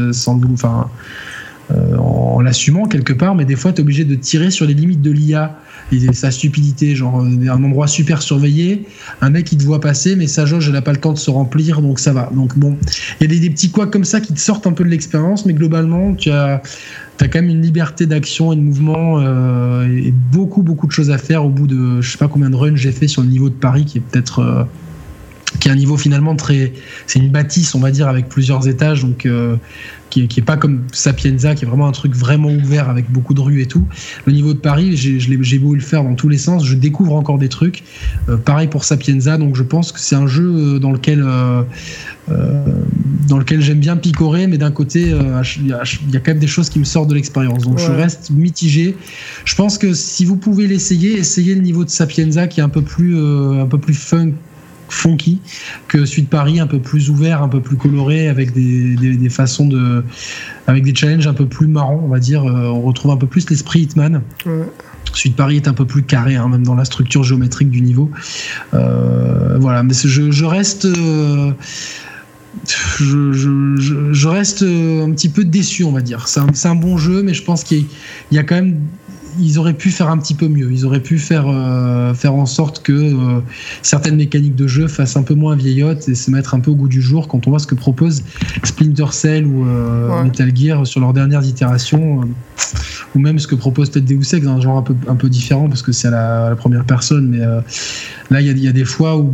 en l'assumant quelque part, mais des fois tu es obligé de tirer sur les limites de l'IA et sa stupidité, genre un endroit super surveillé, un mec il te voit passer mais sa jauge elle a pas le temps de se remplir, donc ça va. Donc bon, il y a des petits couacs comme ça qui te sortent un peu de l'expérience, mais globalement tu as quand même une liberté d'action et de mouvement, et beaucoup de choses à faire au bout de je sais pas combien de runs j'ai fait sur le niveau de Paris, qui est peut-être qui est un niveau finalement c'est une bâtisse on va dire avec plusieurs étages, donc qui est pas comme Sapienza qui est vraiment un truc vraiment ouvert avec beaucoup de rues et tout. Le niveau de Paris, j'ai beau le faire dans tous les sens, je découvre encore des trucs. Pareil pour Sapienza, donc je pense que c'est un jeu dans lequel j'aime bien picorer, mais d'un côté il y a quand même des choses qui me sortent de l'expérience, donc je reste mitigé. Je pense que si vous pouvez l'essayer, essayez le niveau de Sapienza qui est un peu plus funky que celui de Paris, un peu plus ouvert, un peu plus coloré, avec des façons avec des challenges un peu plus marrants, on va dire. On retrouve un peu plus l'esprit Hitman. Celui de Paris est un peu plus carré, hein, même dans la structure géométrique du niveau. Voilà, mais je reste je reste un petit peu déçu, on va dire. C'est un bon jeu, mais je pense qu'il y a quand même, ils auraient pu faire un petit peu mieux. Ils auraient pu faire en sorte que certaines mécaniques de jeu fassent un peu moins vieillottes et se mettre un peu au goût du jour quand on voit ce que propose Splinter Cell ou Metal Gear sur leurs dernières itérations, ou même ce que propose peut-être Deus Ex, dans un genre un peu différent parce que c'est à la première personne, mais là il y a des fois où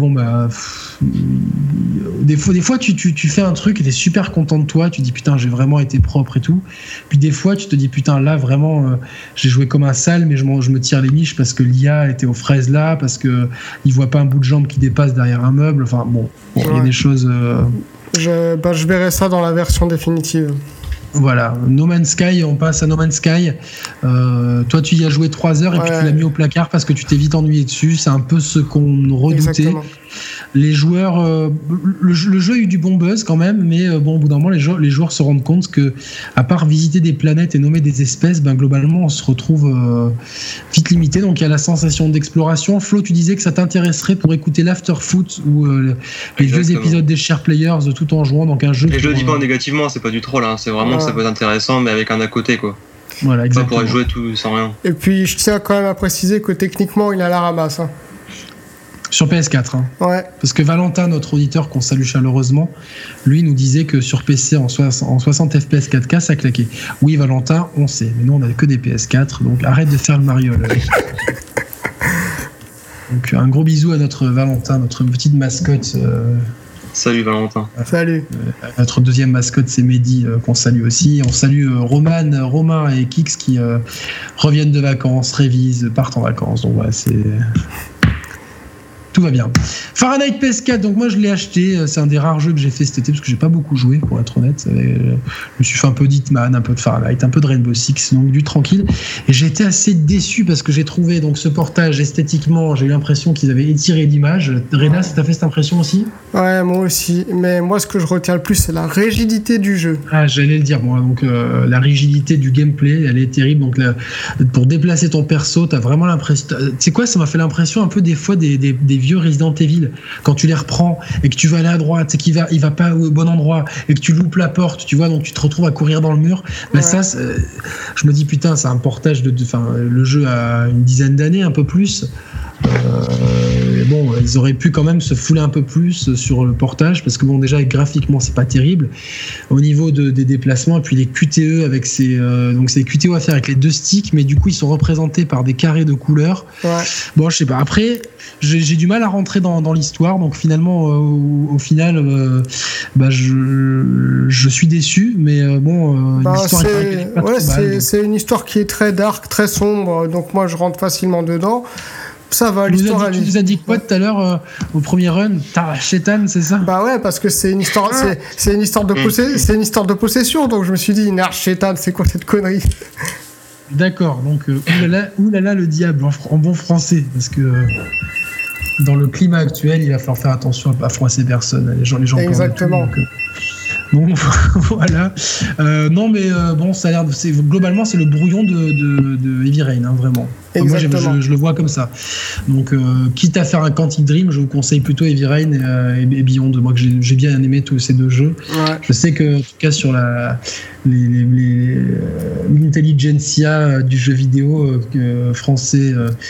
des fois tu fais un truc et t'es super content de toi, tu dis putain j'ai vraiment été propre et tout, puis des fois tu te dis putain là vraiment j'ai joué comme un sale, mais je me tire les miches parce que l'IA était aux fraises là, parce que il voit pas un bout de jambe qui dépasse derrière un meuble, enfin bon il y a des choses je verrai ça dans la version définitive. Voilà, No Man's Sky, on passe à No Man's Sky. Toi, tu y as joué 3 heures et puis tu l'as mis au placard parce que tu t'es vite ennuyé dessus. C'est un peu ce qu'on redoutait. Exactement. Les joueurs, le jeu a eu du bon buzz quand même, mais au bout d'un moment, les joueurs se rendent compte que, à part visiter des planètes et nommer des espèces, globalement, on se retrouve vite limité. Donc, il y a la sensation d'exploration. Flo, tu disais que ça t'intéresserait pour écouter l'Afterfoot ou les 2 épisodes des Share Players tout en jouant donc un jeu. Et je le dis pas négativement, c'est pas du troll, hein, c'est vraiment ça peut être intéressant, mais avec un à côté, quoi. Voilà, exactement. Pas pour jouer tout sans rien. Et puis, je tiens quand même à préciser que techniquement, il a la ramasse. Hein. Sur PS4. Hein. Ouais. Parce que Valentin, notre auditeur qu'on salue chaleureusement, lui nous disait que sur PC en 60 FPS 4K, ça claquait. Oui, Valentin, on sait, mais nous on n'a que des PS4, donc arrête de faire le mariole. Donc un gros bisou à notre Valentin, notre petite mascotte. Salut Valentin. Salut. Notre deuxième mascotte, c'est Mehdi, qu'on salue aussi. On salue Romain et Kix qui reviennent de vacances, révisent, partent en vacances. Donc voilà, tout va bien. Fahrenheit PS4, donc moi je l'ai acheté, c'est un des rares jeux que j'ai fait cet été parce que j'ai pas beaucoup joué pour être honnête. Je me suis fait un peu d'Hitman, un peu de Fahrenheit, un peu de Rainbow Six, donc du tranquille. Et j'ai été assez déçu parce que j'ai trouvé donc ce portage esthétiquement, j'ai eu l'impression qu'ils avaient étiré l'image. Reda, ça t'a fait cette impression aussi ? Ouais, moi aussi. Mais moi ce que je retiens le plus, c'est la rigidité du jeu. Ah, j'allais le dire moi. Donc la rigidité du gameplay, elle est terrible. Donc pour déplacer ton perso, t'as vraiment l'impression. Tu sais quoi, ça m'a fait l'impression un peu des fois des vieux Resident Evil, quand tu les reprends et que tu vas aller à droite et qu'il va pas au bon endroit et que tu loupes la porte, tu vois, donc tu te retrouves à courir dans le mur. Mais ça, je me dis putain, c'est un portage le jeu a une dizaine d'années, un peu plus. bon, ils auraient pu quand même se fouler un peu plus sur le portage, parce que bon, déjà graphiquement c'est pas terrible au niveau des déplacements, et puis les QTE avec donc c'est les QTE à faire avec les 2 sticks, mais du coup ils sont représentés par des carrés de couleurs. Bon, je sais pas, après j'ai du mal à rentrer dans l'histoire, donc finalement au final je suis déçu, mais bon, l'histoire c'est une histoire qui est très dark, très sombre, donc moi je rentre facilement dedans. Ça va, l'histoire. Tu nous as dit quoi tout à l'heure au premier run? T'as Chétan, c'est ça? Bah ouais, parce que c'est une histoire, c'est une histoire de possession, donc je me suis dit, Nar Chétan, c'est quoi cette connerie? D'accord, donc oulala le diable en bon français, parce que dans le climat actuel, il va falloir faire attention à pas froisser personne. Les gens. Exactement. Bon, voilà. Non, mais bon, ça a l'air. Globalement, c'est le brouillon de Heavy Rain, hein, vraiment. Enfin, moi, je le vois comme ça. Donc, quitte à faire un Quantic Dream, je vous conseille plutôt Heavy Rain et Beyond. Moi, que j'ai bien aimé tous ces 2 jeux. Ouais. Je sais que, en tout cas, sur l'intelligentsia du jeu vidéo français,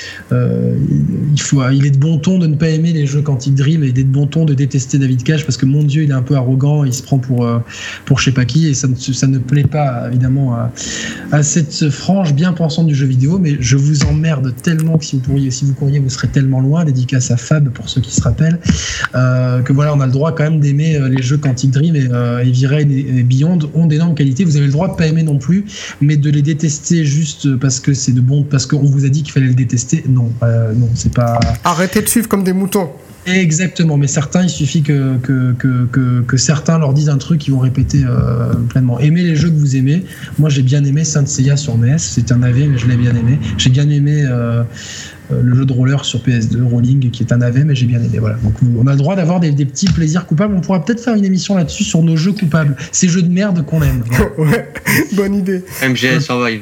il est de bon ton de ne pas aimer les jeux Quantic Dream, et il est de bon ton de détester David Cage, parce que mon Dieu, il est un peu arrogant, il se prend pour je sais pas qui, et ça ne plaît pas évidemment à cette frange bien pensante du jeu vidéo. Mais je vous emmerde tellement que si vous courriez, vous serez tellement loin. Dédicace à Fab pour ceux qui se rappellent, que voilà, on a le droit quand même d'aimer les jeux Quantic Dream, et Heavy Rain et Beyond ont d'énormes qualités. Vous avez le droit de pas aimer non plus, mais de les détester juste parce que c'est parce qu'on vous a dit qu'il fallait le détester, non, c'est pas. Arrêtez de suivre comme des moutons. Exactement, mais certains, il suffit que certains leur disent un truc, ils vont répéter pleinement. Aimez les jeux que vous aimez. Moi, j'ai bien aimé Saint Seiya sur NES, c'est un AV, mais je l'ai bien aimé. J'ai bien aimé le jeu de roller sur PS2, Rolling, qui est un AV, mais j'ai bien aimé. Voilà. Donc, on a le droit d'avoir des petits plaisirs coupables. On pourra peut-être faire une émission là-dessus sur nos jeux coupables, ces jeux de merde qu'on aime. Ouais, bonne idée. MGS Survive.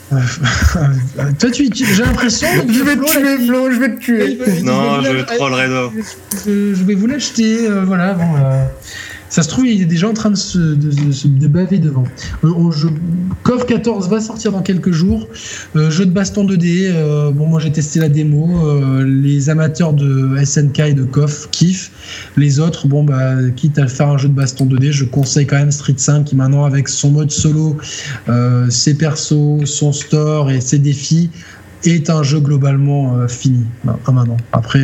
Toi, j'ai l'impression que je vais te tuer. Non, je trollerai d'or. Je vais vous l'acheter, voilà. Bon, ça se trouve, il est déjà en train de baver devant. KOF 14 va sortir dans quelques jours. Jeu de baston 2D. Bon, moi j'ai testé la démo. Les amateurs de SNK et de KOF kiffent. Les autres, bon, quitte à faire un jeu de baston 2D, je conseille quand même Street 5, qui maintenant, avec son mode solo, ses persos, son store et ses défis, est un jeu globalement fini. Maintenant. Après,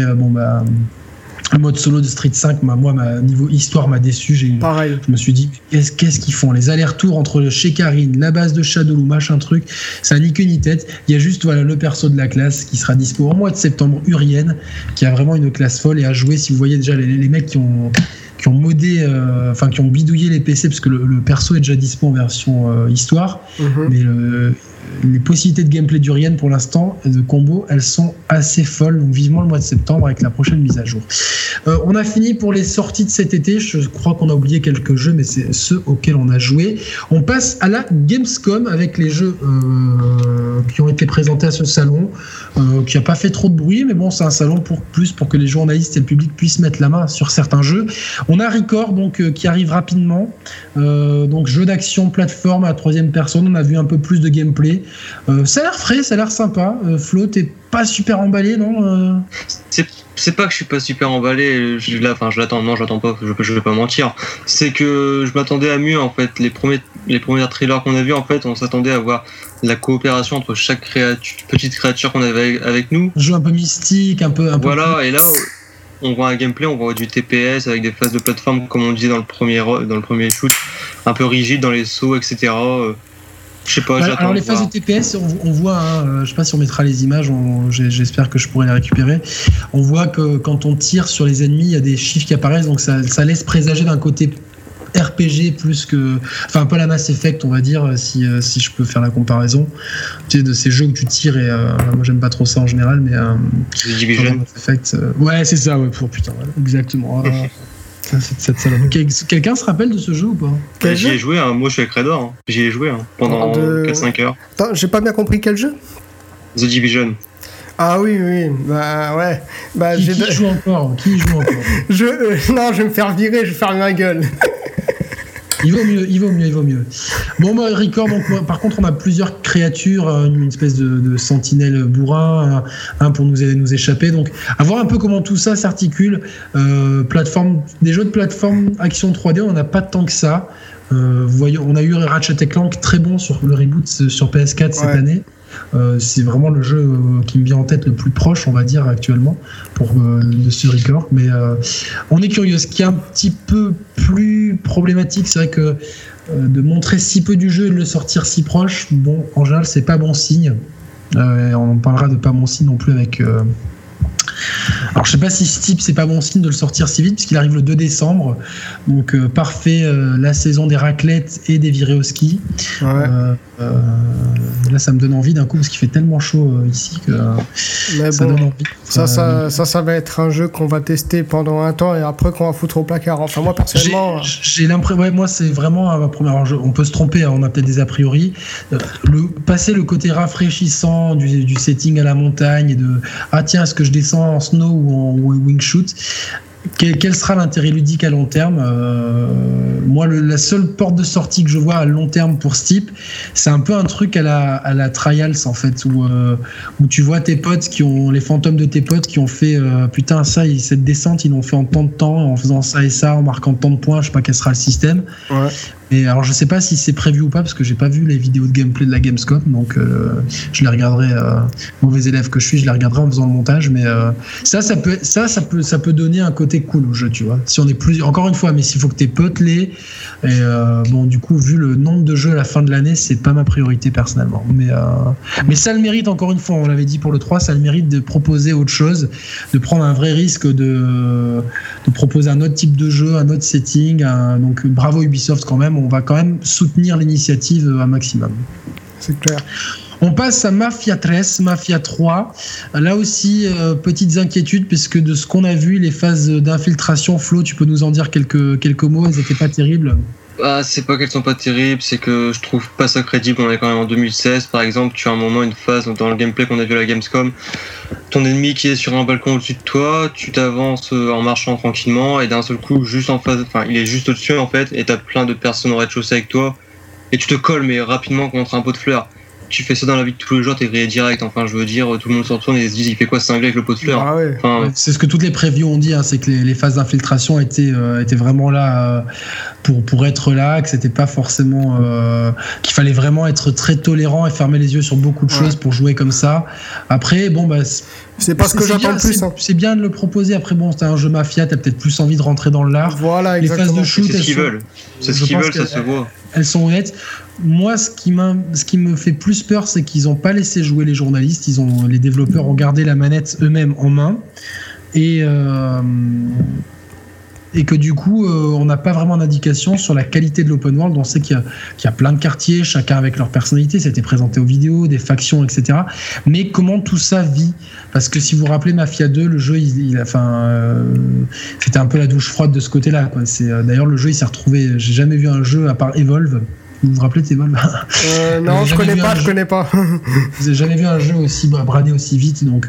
le mode solo de Street 5, niveau histoire, m'a déçu. Pareil. Je me suis dit, qu'est-ce qu'ils font? Les allers-retours entre chez Karine, la base de Shadow ou machin truc, ça n'a ni queue ni tête. Il y a juste le perso de la classe qui sera dispo au mois de septembre, Urien, qui a vraiment une classe folle, et à jouer, si vous voyez déjà les mecs qui ont modé, qui ont bidouillé les PC, parce que le perso est déjà dispo en version histoire, mais les possibilités de gameplay d'Urien pour l'instant, de combo, elles sont assez folles. Donc vivement le mois de septembre avec la prochaine mise à jour. On a fini pour les sorties de cet été. Je crois qu'on a oublié quelques jeux, mais c'est ceux auxquels on a joué. On passe à la Gamescom avec les jeux qui ont été présentés à ce salon, qui n'a pas fait trop de bruit, mais bon, c'est un salon pour que les journalistes et le public puissent mettre la main sur certains jeux. On a Record qui arrive rapidement, donc jeu d'action plateforme à la 3e personne. On a vu un peu plus de gameplay. Ça a l'air frais, ça a l'air sympa. Flo, t'es pas super emballé, non? C'est pas que je suis pas super emballé. Je l'attends. Non, j'attends pas. Je vais pas mentir. C'est que je m'attendais à mieux, en fait. Les premiers trailers qu'on a vus, en fait, on s'attendait à voir la coopération entre chaque petite créature qu'on avait avec nous. Un jeu un peu mystique, un peu. Voilà. Et là, on voit un gameplay, on voit du TPS avec des phases de plateforme, comme on disait dans le premier shoot, un peu rigide dans les sauts, etc. Je sais pas, alors les phases de TPS, on voit, je sais pas si on mettra les images, j'espère que je pourrai les récupérer. On voit que quand on tire sur les ennemis, il y a des chiffres qui apparaissent, donc ça laisse présager d'un côté RPG plus que, un peu la Mass Effect, on va dire, si je peux faire la comparaison. Tu sais, de ces jeux où tu tires, et moi j'aime pas trop ça en général, mais The Division. Mass Effect, ouais, c'est ça, ouais, putain, ouais, exactement. Cette salle. Quelqu'un se rappelle de ce jeu ou pas? J'y ai joué, moi je suis avec Redor, j'y ai joué pendant 4-5 heures. Attends, j'ai pas bien compris quel jeu? The Division. Ah oui, ouais. Qui joue encore? Non, je vais me faire virer, je vais faire ma gueule. Il vaut mieux. Bon, bah, Record, donc, par contre, on a plusieurs créatures, une espèce de sentinelle bourrin, pour nous échapper. Donc, à voir un peu comment tout ça s'articule. Des jeux de plateforme action 3D, on n'a pas tant que ça. On a eu Ratchet & Clank très bon sur le reboot sur PS4 cette année. C'est vraiment le jeu qui me vient en tête le plus proche, on va dire, actuellement, de ce Record. Mais on est curieux. Ce qui est un petit peu plus problématique, c'est vrai que de montrer si peu du jeu et de le sortir si proche, bon, en général, c'est pas bon signe. On parlera de pas bon signe non plus avec... Alors je sais pas si ce type c'est pas bon signe de le sortir si vite puisqu'il arrive le 2 décembre, donc parfait, la saison des raclettes et des virées au ski. Là ça me donne envie d'un coup parce qu'il fait tellement chaud ici que ça donne envie. Ça va être un jeu qu'on va tester pendant un temps et après qu'on va foutre au placard. Enfin moi personnellement j'ai l'impression, moi c'est vraiment ma première jeu. On peut se tromper, on a peut-être des a priori. Passer le côté rafraîchissant du setting à la montagne et de tiens, est-ce que je descends en snow ou en wing shoot, quel sera l'intérêt ludique à long terme? Moi, la seule porte de sortie que je vois à long terme pour ce type, c'est un peu un truc à la Trials en fait, où tu vois tes potes les fantômes de tes potes qui ont fait putain cette descente ils l'ont fait en tant de temps en faisant ça et ça en marquant tant de points, je sais pas quel sera le système. Et alors je sais pas si c'est prévu ou pas parce que j'ai pas vu les vidéos de gameplay de la Gamescom, donc je les regarderai, mauvais élève que je suis, je les regarderai en faisant le montage, mais ça peut donner un côté cool au jeu, tu vois. Si on est plus, encore une fois, mais s'il faut que tes potes l'aient, et bon du coup vu le nombre de jeux à la fin de l'année, c'est pas ma priorité personnellement, mais ça le mérite, encore une fois, on l'avait dit pour le 3, ça le mérite de proposer autre chose, de prendre un vrai risque de proposer un autre type de jeu, un autre setting, donc bravo Ubisoft quand même. On va quand même soutenir l'initiative un maximum. C'est clair. On passe à Mafia 3. Là aussi, petites inquiétudes, puisque de ce qu'on a vu, les phases d'infiltration, Flo, tu peux nous en dire quelques mots, elles n'étaient pas terribles. C'est pas qu'elles sont pas terribles, c'est que je trouve pas ça crédible. On est quand même en 2016, par exemple, tu as un moment, une phase dans le gameplay qu'on a vu à la Gamescom, ton ennemi qui est sur un balcon au-dessus de toi, tu t'avances en marchant tranquillement et d'un seul coup, il est juste au-dessus en fait, et t'as plein de personnes au rez-de-chaussée avec toi, et tu te colles mais rapidement contre un pot de fleurs. Tu fais ça dans la vie de tous les jours, t'es grillé direct. Enfin, je veux dire, tout le monde se retourne et se dit, il fait quoi ce cinglé avec le pot de fleurs? C'est ce que toutes les previews ont dit, c'est que les phases d'infiltration étaient vraiment là pour être là, que c'était pas forcément qu'il fallait vraiment être très tolérant et fermer les yeux sur beaucoup de choses pour jouer comme ça. Après, bon c'est pas ce que j'attends le plus. C'est bien de le proposer. Après, bon, c'est un jeu mafia, t'as peut-être plus envie de rentrer dans l'art. Voilà, les phases de shoot, c'est ce qu'ils veulent. C'est ce qu'ils veulent, ça se voit. Elles sont honnêtes. Moi, ce qui me fait plus peur, c'est qu'ils n'ont pas laissé jouer les journalistes. Les développeurs ont gardé la manette eux-mêmes en main. Et que du coup, on n'a pas vraiment d'indication sur la qualité de l'open world. On sait qu'il y a plein de quartiers, chacun avec leur personnalité, c'était présenté aux vidéos, des factions, etc. Mais comment tout ça vit? Parce que si vous vous rappelez Mafia 2, le jeu, c'était un peu la douche froide de ce côté-là, quoi. D'ailleurs, le jeu, il s'est retrouvé... J'ai jamais vu un jeu, à part Evolve. Vous vous rappelez de Evolve? Non, je connais pas. Vous n'avez jamais vu un jeu aussi bradé aussi vite, donc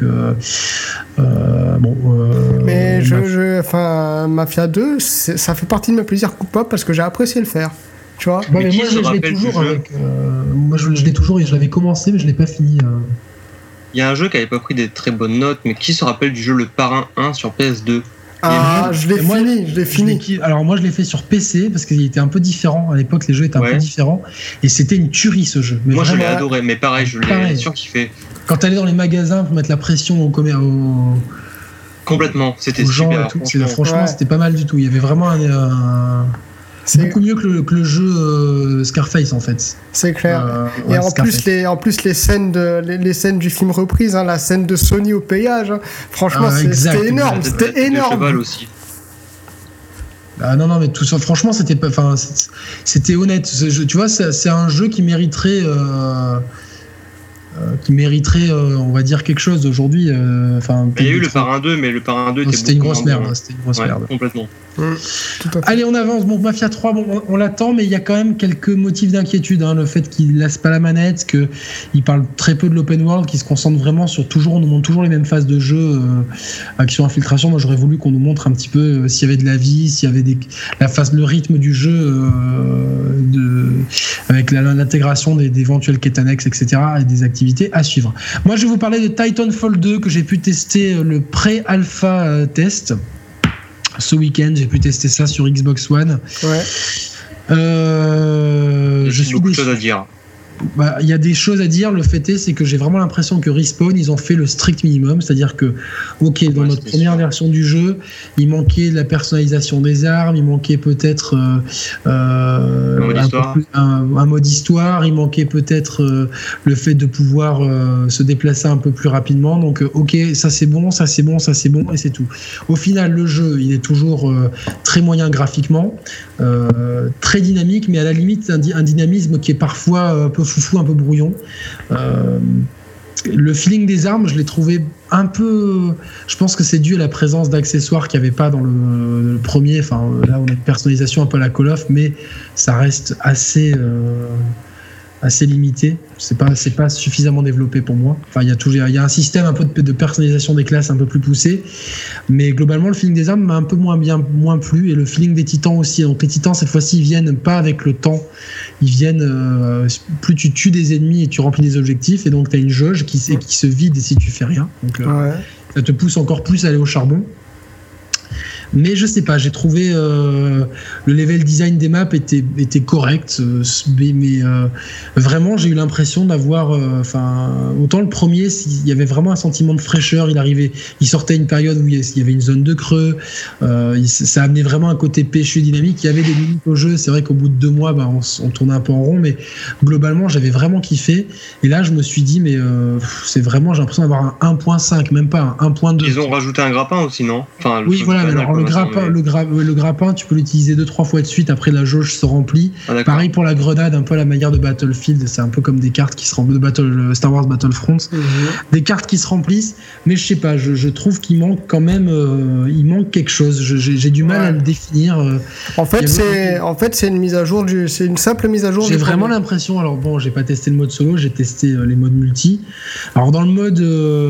mais Mafia 2, ça fait partie de mes plaisirs coupables parce que j'ai apprécié le faire. Tu vois. Mais moi, je l'ai toujours moi, je l'ai toujours et je l'avais commencé, mais je l'ai pas fini. Il y a un jeu qui avait pas pris des très bonnes notes, mais qui se rappelle du jeu Le Parrain 1 sur PS2? Je l'ai fini. Alors moi je l'ai fait sur PC parce qu'il était un peu différent. À l'époque les jeux étaient un peu différents et c'était une tuerie ce jeu. Mais moi je l'ai adoré, mais pareil, je l'ai surkiffé. Quand t'allais dans les magasins pour mettre la pression complètement, c'était super. Franchement c'était pas mal du tout. Il y avait vraiment c'est beaucoup mieux que le jeu Scarface en fait. C'est clair. Et en plus les scènes du film reprise, la scène de Sony au péage, franchement c'était énorme, c'était énorme. Cheval aussi. Non mais tout ça, franchement c'était honnête. Tu vois, c'est un jeu qui mériterait qui mériterait, on va dire, quelque chose aujourd'hui. Il y a eu le Parrain 2, mais le Parrain 2 c'était une grosse merde. C'était une grosse merde. Complètement. Allez, on avance. Bon, Mafia 3, on l'attend, mais il y a quand même quelques motifs d'inquiétude. Le fait qu'il laisse pas la manette, qu'il parle très peu de l'open world, qu'il se concentre vraiment sur on nous montre toujours les mêmes phases de jeu qui sont infiltration. Moi, j'aurais voulu qu'on nous montre un petit peu s'il y avait de la vie, s'il y avait le rythme du jeu, avec l'intégration d'éventuels quêtes annexes, etc., et des activités à suivre. Moi, je vais vous parler de Titanfall 2 que j'ai pu tester le pré-alpha test. Ce week-end, j'ai pu tester ça sur Xbox One. Ouais. Je suis beaucoup de choses à dire. Il y a des choses à dire. Le fait c'est que j'ai vraiment l'impression que Respawn, ils ont fait le strict minimum, c'est-à-dire que, dans notre première version du jeu, il manquait de la personnalisation des armes, il manquait peut-être un mode histoire, il manquait peut-être le fait de pouvoir se déplacer un peu plus rapidement. Donc, ça c'est bon, et c'est tout. Au final, le jeu, il est toujours très moyen graphiquement, très dynamique, mais à la limite un dynamisme qui est parfois un peu foufou, un peu brouillon. Le feeling des armes, je l'ai trouvé un peu... Je pense que c'est dû à la présence d'accessoires qu'il n'y avait pas dans le premier. Là, on a une personnalisation un peu à la Call of, mais ça reste assez limité. C'est pas suffisamment développé pour moi. Il y a un système un peu de personnalisation des classes un peu plus poussé, mais globalement le feeling des armes m'a un peu moins plu, et le feeling des titans aussi. Donc les titans cette fois-ci ils viennent pas avec le temps, ils viennent plus tu tues des ennemis et tu remplis des objectifs, et donc tu as une jauge qui se vide si tu fais rien. Donc ça te pousse encore plus à aller au charbon. Mais je sais pas, j'ai trouvé le level design des maps était correct, mais vraiment j'ai eu l'impression d'avoir, autant le premier, il y avait vraiment un sentiment de fraîcheur, il sortait à une période où il y avait une zone de creux, ça amenait vraiment un côté péchu dynamique, il y avait des limites au jeu, c'est vrai qu'au bout de 2 mois, on tournait un peu en rond, mais globalement j'avais vraiment kiffé, et là je me suis dit, mais c'est vraiment, j'ai l'impression d'avoir un 1.5, même pas un 1.2. Ils ont rajouté un grappin aussi, non? Oui, voilà, mais alors le grappin, tu peux l'utiliser 2-3 fois de suite, après la jauge se remplit. Pareil pour la grenade, un peu à la manière de Battlefield, c'est un peu comme des cartes qui se remplissent, Star Wars Battlefront, des cartes qui se remplissent, mais je sais pas, je trouve qu'il manque quand même, il manque quelque chose, j'ai du mal à le définir. En fait, c'est une mise à jour, c'est une simple mise à jour. J'ai vraiment l'impression, alors bon, j'ai pas testé le mode solo, j'ai testé les modes multi. Alors dans le mode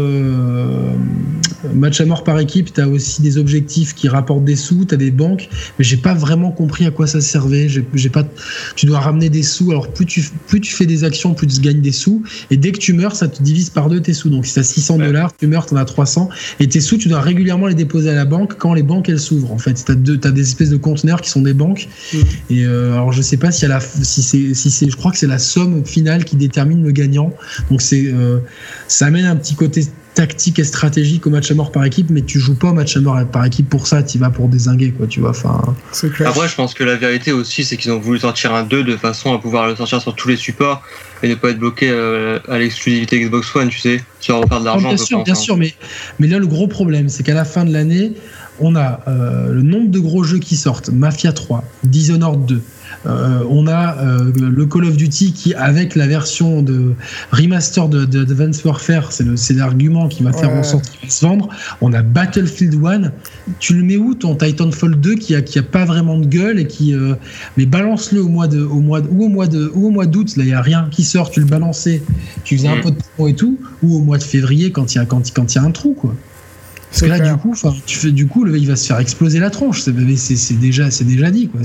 match à mort par équipe, t'as aussi des objectifs qui rapportent des sous, t'as des banques, mais j'ai pas vraiment compris à quoi ça servait. Tu dois ramener des sous, alors plus tu fais des actions, plus tu gagnes des sous, et dès que tu meurs, ça te divise par 2 tes sous. Donc si t'as $600, tu meurs, t'en as 300, et tes sous, tu dois régulièrement les déposer à la banque quand les banques elles s'ouvrent. En fait, t'as des espèces de conteneurs qui sont des banques, et alors je sais pas si c'est, je crois que c'est la somme finale qui détermine le gagnant. Donc ça amène un petit côté tactique et stratégique au match à mort par équipe, mais tu joues pas au match à mort par équipe pour ça, tu vas pour dézinguer, quoi, tu vois. C'est clair. Après, je pense que la vérité aussi, c'est qu'ils ont voulu sortir un 2 de façon à pouvoir le sortir sur tous les supports et ne pas être bloqué à l'exclusivité Xbox One, tu sais, tu vas refaire de l'argent. Bien sûr, mais là le gros problème, c'est qu'à la fin de l'année, on a le nombre de gros jeux qui sortent, Mafia 3, Dishonored 2. On a le Call of Duty qui, avec la version de remaster de Advanced Warfare, c'est l'argument qui va faire en sorte qu'il va se vendre. On a Battlefield 1. Tu le mets où ton Titanfall 2 qui a pas vraiment de gueule et qui mais balance-le au mois d'août, là il y a rien qui sort, tu le balançais, tu faisais un peu de promo et tout, ou au mois de février quand il y a un trou, quoi. Parce que là, du coup, il va se faire exploser la tronche. C'est déjà dit, quoi.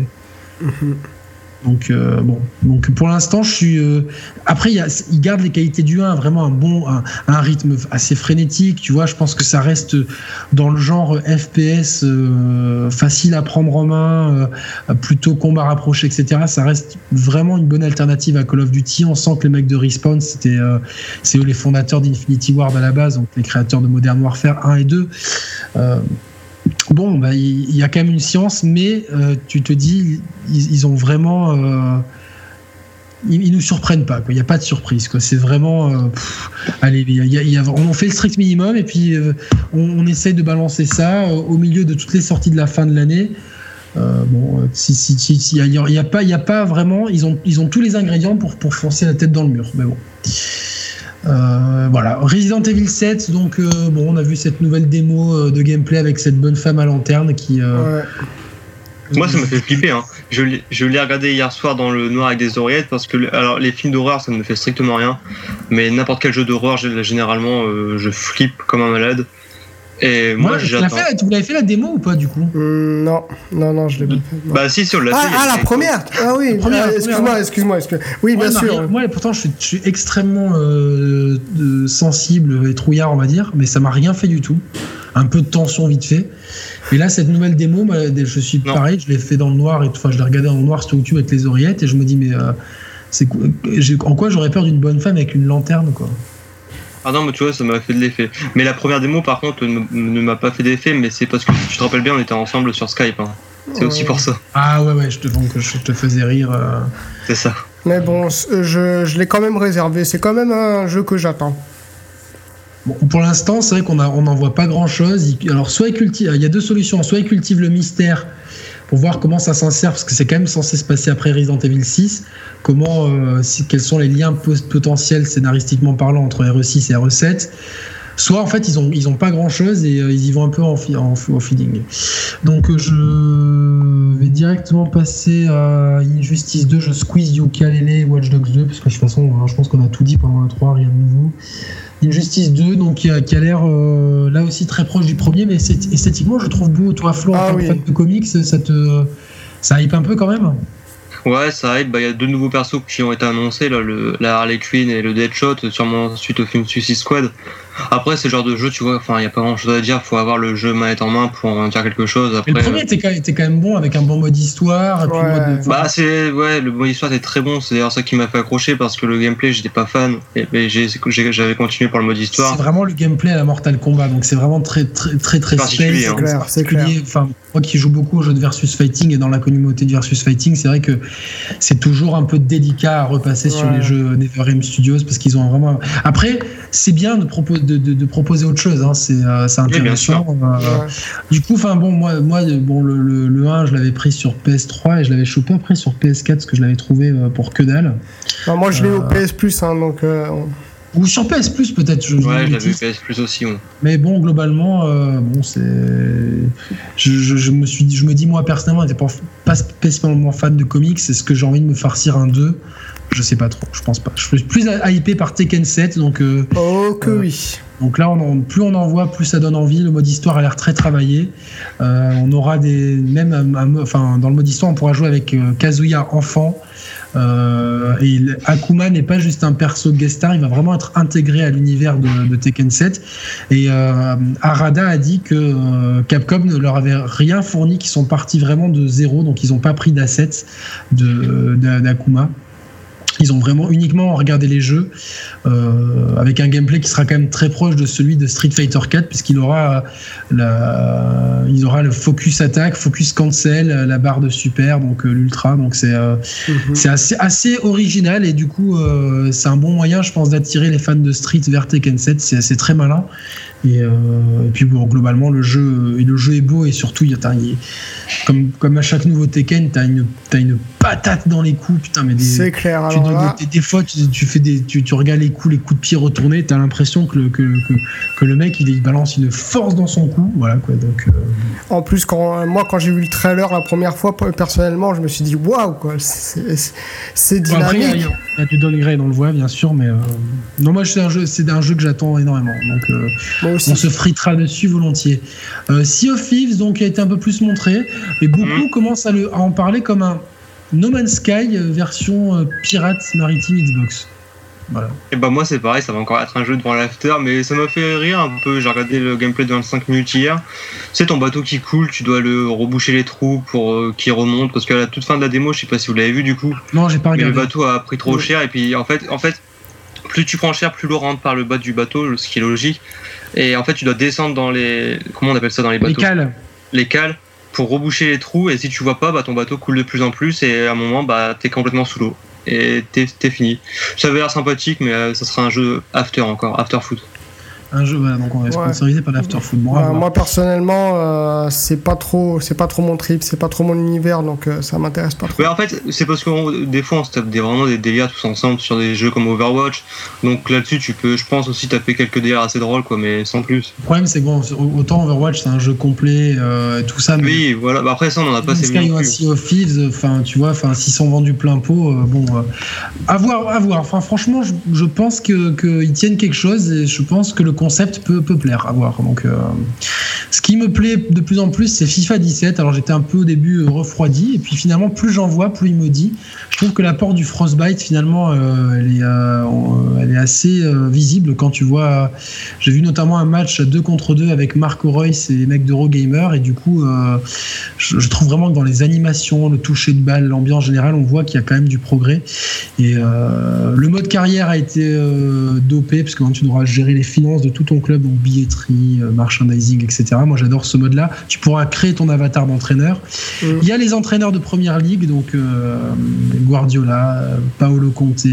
Donc pour l'instant, je suis. Après, il garde les qualités du 1, vraiment un rythme assez frénétique. Tu vois, je pense que ça reste dans le genre FPS facile à prendre en main, plutôt combat rapproché, etc. Ça reste vraiment une bonne alternative à Call of Duty. On sent que les mecs de Respawn, c'est eux les fondateurs d'Infinity Ward à la base, donc les créateurs de Modern Warfare 1 et 2. Bon, il y a quand même une science, mais tu te dis, ils ont vraiment... ils nous surprennent pas, quoi. Il n'y a pas de surprise, quoi. C'est vraiment... allez, on fait le strict minimum, et puis on essaye de balancer ça au milieu de toutes les sorties de la fin de l'année. Il y a pas vraiment... Ils ont tous les ingrédients pour foncer la tête dans le mur, mais bon... Voilà, Resident Evil 7, donc on a vu cette nouvelle démo de gameplay avec cette bonne femme à lanterne qui... Moi, ça me fait flipper. Hein. Je l'ai regardé hier soir dans le noir avec des oreillettes parce que alors, les films d'horreur, ça ne me fait strictement rien. Mais n'importe quel jeu d'horreur, généralement, je flippe comme un malade. Et moi, j'attends. Vous l'avez fait la démo ou pas du coup? Non, je l'ai pas fait. Non. Bah si, on l'a fait. Ah, la première. Ah oui, excuse-moi. Oui, bien sûr. Moi, pourtant, je suis extrêmement sensible et trouillard, on va dire, mais ça m'a rien fait du tout. Un peu de tension vite fait. Et là, cette nouvelle démo, je suis pareil, je l'ai fait dans le noir, je l'ai regardé dans le noir sur YouTube avec les oreillettes, et je me dis, mais en quoi j'aurais peur d'une bonne femme avec une lanterne, quoi? Ah non, mais tu vois, ça m'a fait de l'effet. Mais la première démo, par contre, ne m'a pas fait d'effet, mais c'est parce que tu te rappelles bien, on était ensemble sur Skype. Hein. C'est aussi pour ça. Ah ouais, je te faisais rire. C'est ça. Mais bon, je l'ai quand même réservé. C'est quand même un jeu que j'attends. Bon, pour l'instant, c'est vrai qu'on n'en voit pas grand-chose. Alors, il y a deux solutions. Soit il cultive le mystère pour voir comment ça s'insère, parce que c'est quand même censé se passer après Resident Evil 6. Quels sont les liens potentiels scénaristiquement parlant entre RE6 et RE7. Soit en fait ils ont pas grand chose et ils y vont un peu en feeling. Donc je vais directement passer à Injustice 2. Je squeeze Yooka-Laylee et Watch Dogs 2 parce que de toute façon je pense qu'on a tout dit pendant le 3, rien de nouveau. Injustice 2 donc qui a l'air là aussi très proche du premier, mais esthétiquement je le trouve beau. Toi Flo, en tant que fan de comics, ça hype un peu quand même? Ouais, ça hype. Il y a 2 nouveaux persos qui ont été annoncés, là, la Harley Quinn et le Deadshot, sûrement suite au film Suicide Squad. Après, ce genre de jeu, tu vois, il n'y a pas grand chose à dire. Faut avoir le jeu manette en main pour en dire quelque chose. Après, le premier était quand même bon, avec un bon mode histoire. Et puis le mode histoire était très bon. C'est d'ailleurs ça qui m'a fait accrocher parce que le gameplay, j'étais pas fan. Et j'avais continué par le mode histoire. C'est vraiment le gameplay à la Mortal Kombat, donc c'est vraiment très particulier. C'est clair. Enfin, moi qui joue beaucoup aux jeux de versus fighting et dans la communauté de versus fighting, c'est vrai que c'est toujours un peu délicat à repasser sur les jeux NetherRealm Studios parce qu'ils ont vraiment. Après, c'est bien de proposer autre chose, hein. C'est intéressant. Du coup, moi, le 1, je l'avais pris sur PS3 et je l'avais chopé après sur PS4 parce que je l'avais trouvé pour que dalle. Moi, je l'ai au PS Plus, hein, donc. Ou sur PS Plus peut-être. Je l'avais PS Plus aussi. Ouais. Mais bon, globalement, c'est. Je me dis moi personnellement, j'étais pas spécialement fan de comics. Est-ce que j'ai envie de me farcir un 2? Je sais pas trop. Je pense pas. Je suis plus hypé par Tekken 7, donc. Oui. Donc là, plus on en voit, plus ça donne envie. Le mode histoire a l'air très travaillé. On aura dans le mode histoire, on pourra jouer avec Kazuya enfant. Et Akuma n'est pas juste un perso guest star, il va vraiment être intégré à l'univers de Tekken 7. Et Harada a dit que Capcom ne leur avait rien fourni, qu'ils sont partis vraiment de zéro, donc ils n'ont pas pris d'assets d'Akuma. Ils ont vraiment uniquement regardé les jeux avec un gameplay qui sera quand même très proche de celui de Street Fighter 4 puisqu'il aura le focus attack, focus cancel, la barre de super, donc l'ultra. Donc c'est assez original et du coup c'est un bon moyen, je pense, d'attirer les fans de Street vers Tekken 7. C'est très malin. Et puis globalement le jeu est beau et surtout comme à chaque nouveau Tekken t'as une patate dans les coups, putain, mais c'est clair. Des fois tu regardes les coups de pied retournés, t'as l'impression que le mec il balance une force dans son cou, voilà quoi. Donc en plus quand j'ai vu le trailer la première fois, personnellement je me suis dit waouh quoi, c'est dynamique. Après, il y a du downgrade, on le voit bien sûr, mais non, moi c'est un jeu que j'attends énormément, donc on se fritera dessus volontiers. Sea of Thieves donc a été un peu plus montré et beaucoup commencent à en parler comme un No Man's Sky version pirate maritime Xbox. Voilà. Et moi c'est pareil, ça va encore être un jeu devant l'after, mais ça m'a fait rire un peu. J'ai regardé le gameplay de 25 minutes hier. C'est ton bateau qui coule, tu dois le reboucher les trous pour qu'il remonte, parce qu'à la toute fin de la démo, je sais pas si vous l'avez vu du coup. Non, j'ai pas regardé. Mais le bateau a pris trop cher et puis en fait plus tu prends cher, plus l'eau rentre par le bas du bateau, ce qui est logique. Et en fait tu dois descendre dans les... Comment on appelle ça dans les bateaux ? Les cales. Pour reboucher les trous, et si tu vois pas, ton bateau coule de plus en plus et à un moment t'es complètement sous l'eau et t'es fini. Ça avait l'air sympathique, mais ça sera un jeu after foot. Un jeu, voilà, donc on est sponsorisé par l'Afterfoot. Bon, moi personnellement, c'est pas trop mon trip, c'est pas trop mon univers, donc ça m'intéresse pas trop. Ouais, en fait, c'est parce que des fois on se tape vraiment des délires tous ensemble sur des jeux comme Overwatch. Donc là-dessus, tu peux, je pense aussi taper quelques délires assez drôles, quoi, mais sans plus. Le problème, c'est bon, autant Overwatch, c'est un jeu complet, tout ça. Mais oui, voilà. Bah, après ça, on en a pas. Sea of Thieves, enfin, tu vois, s'ils sont vendus plein pot, à voir. Enfin, franchement, je pense qu'ils tiennent quelque chose et je pense que le concept peut plaire à voir. Donc, ce qui me plaît de plus en plus, c'est FIFA 17. Alors, j'étais un peu au début refroidi, et puis finalement, plus j'en vois, plus il me dit. Je trouve que l'apport du Frostbite, finalement, elle est assez visible quand tu vois. J'ai vu notamment un match à 2 contre 2 avec Marco Reus et les mecs d'Eurogamer, et du coup, je trouve vraiment que dans les animations, le toucher de balle, l'ambiance générale, on voit qu'il y a quand même du progrès. Et le mode carrière a été dopé, parce que tu devras gérer les finances de tout ton club, donc billetterie, merchandising, etc. Moi, j'adore ce mode-là. Tu pourras créer ton avatar d'entraîneur. Il y a les entraîneurs de première ligue, donc Guardiola, Paolo Conte,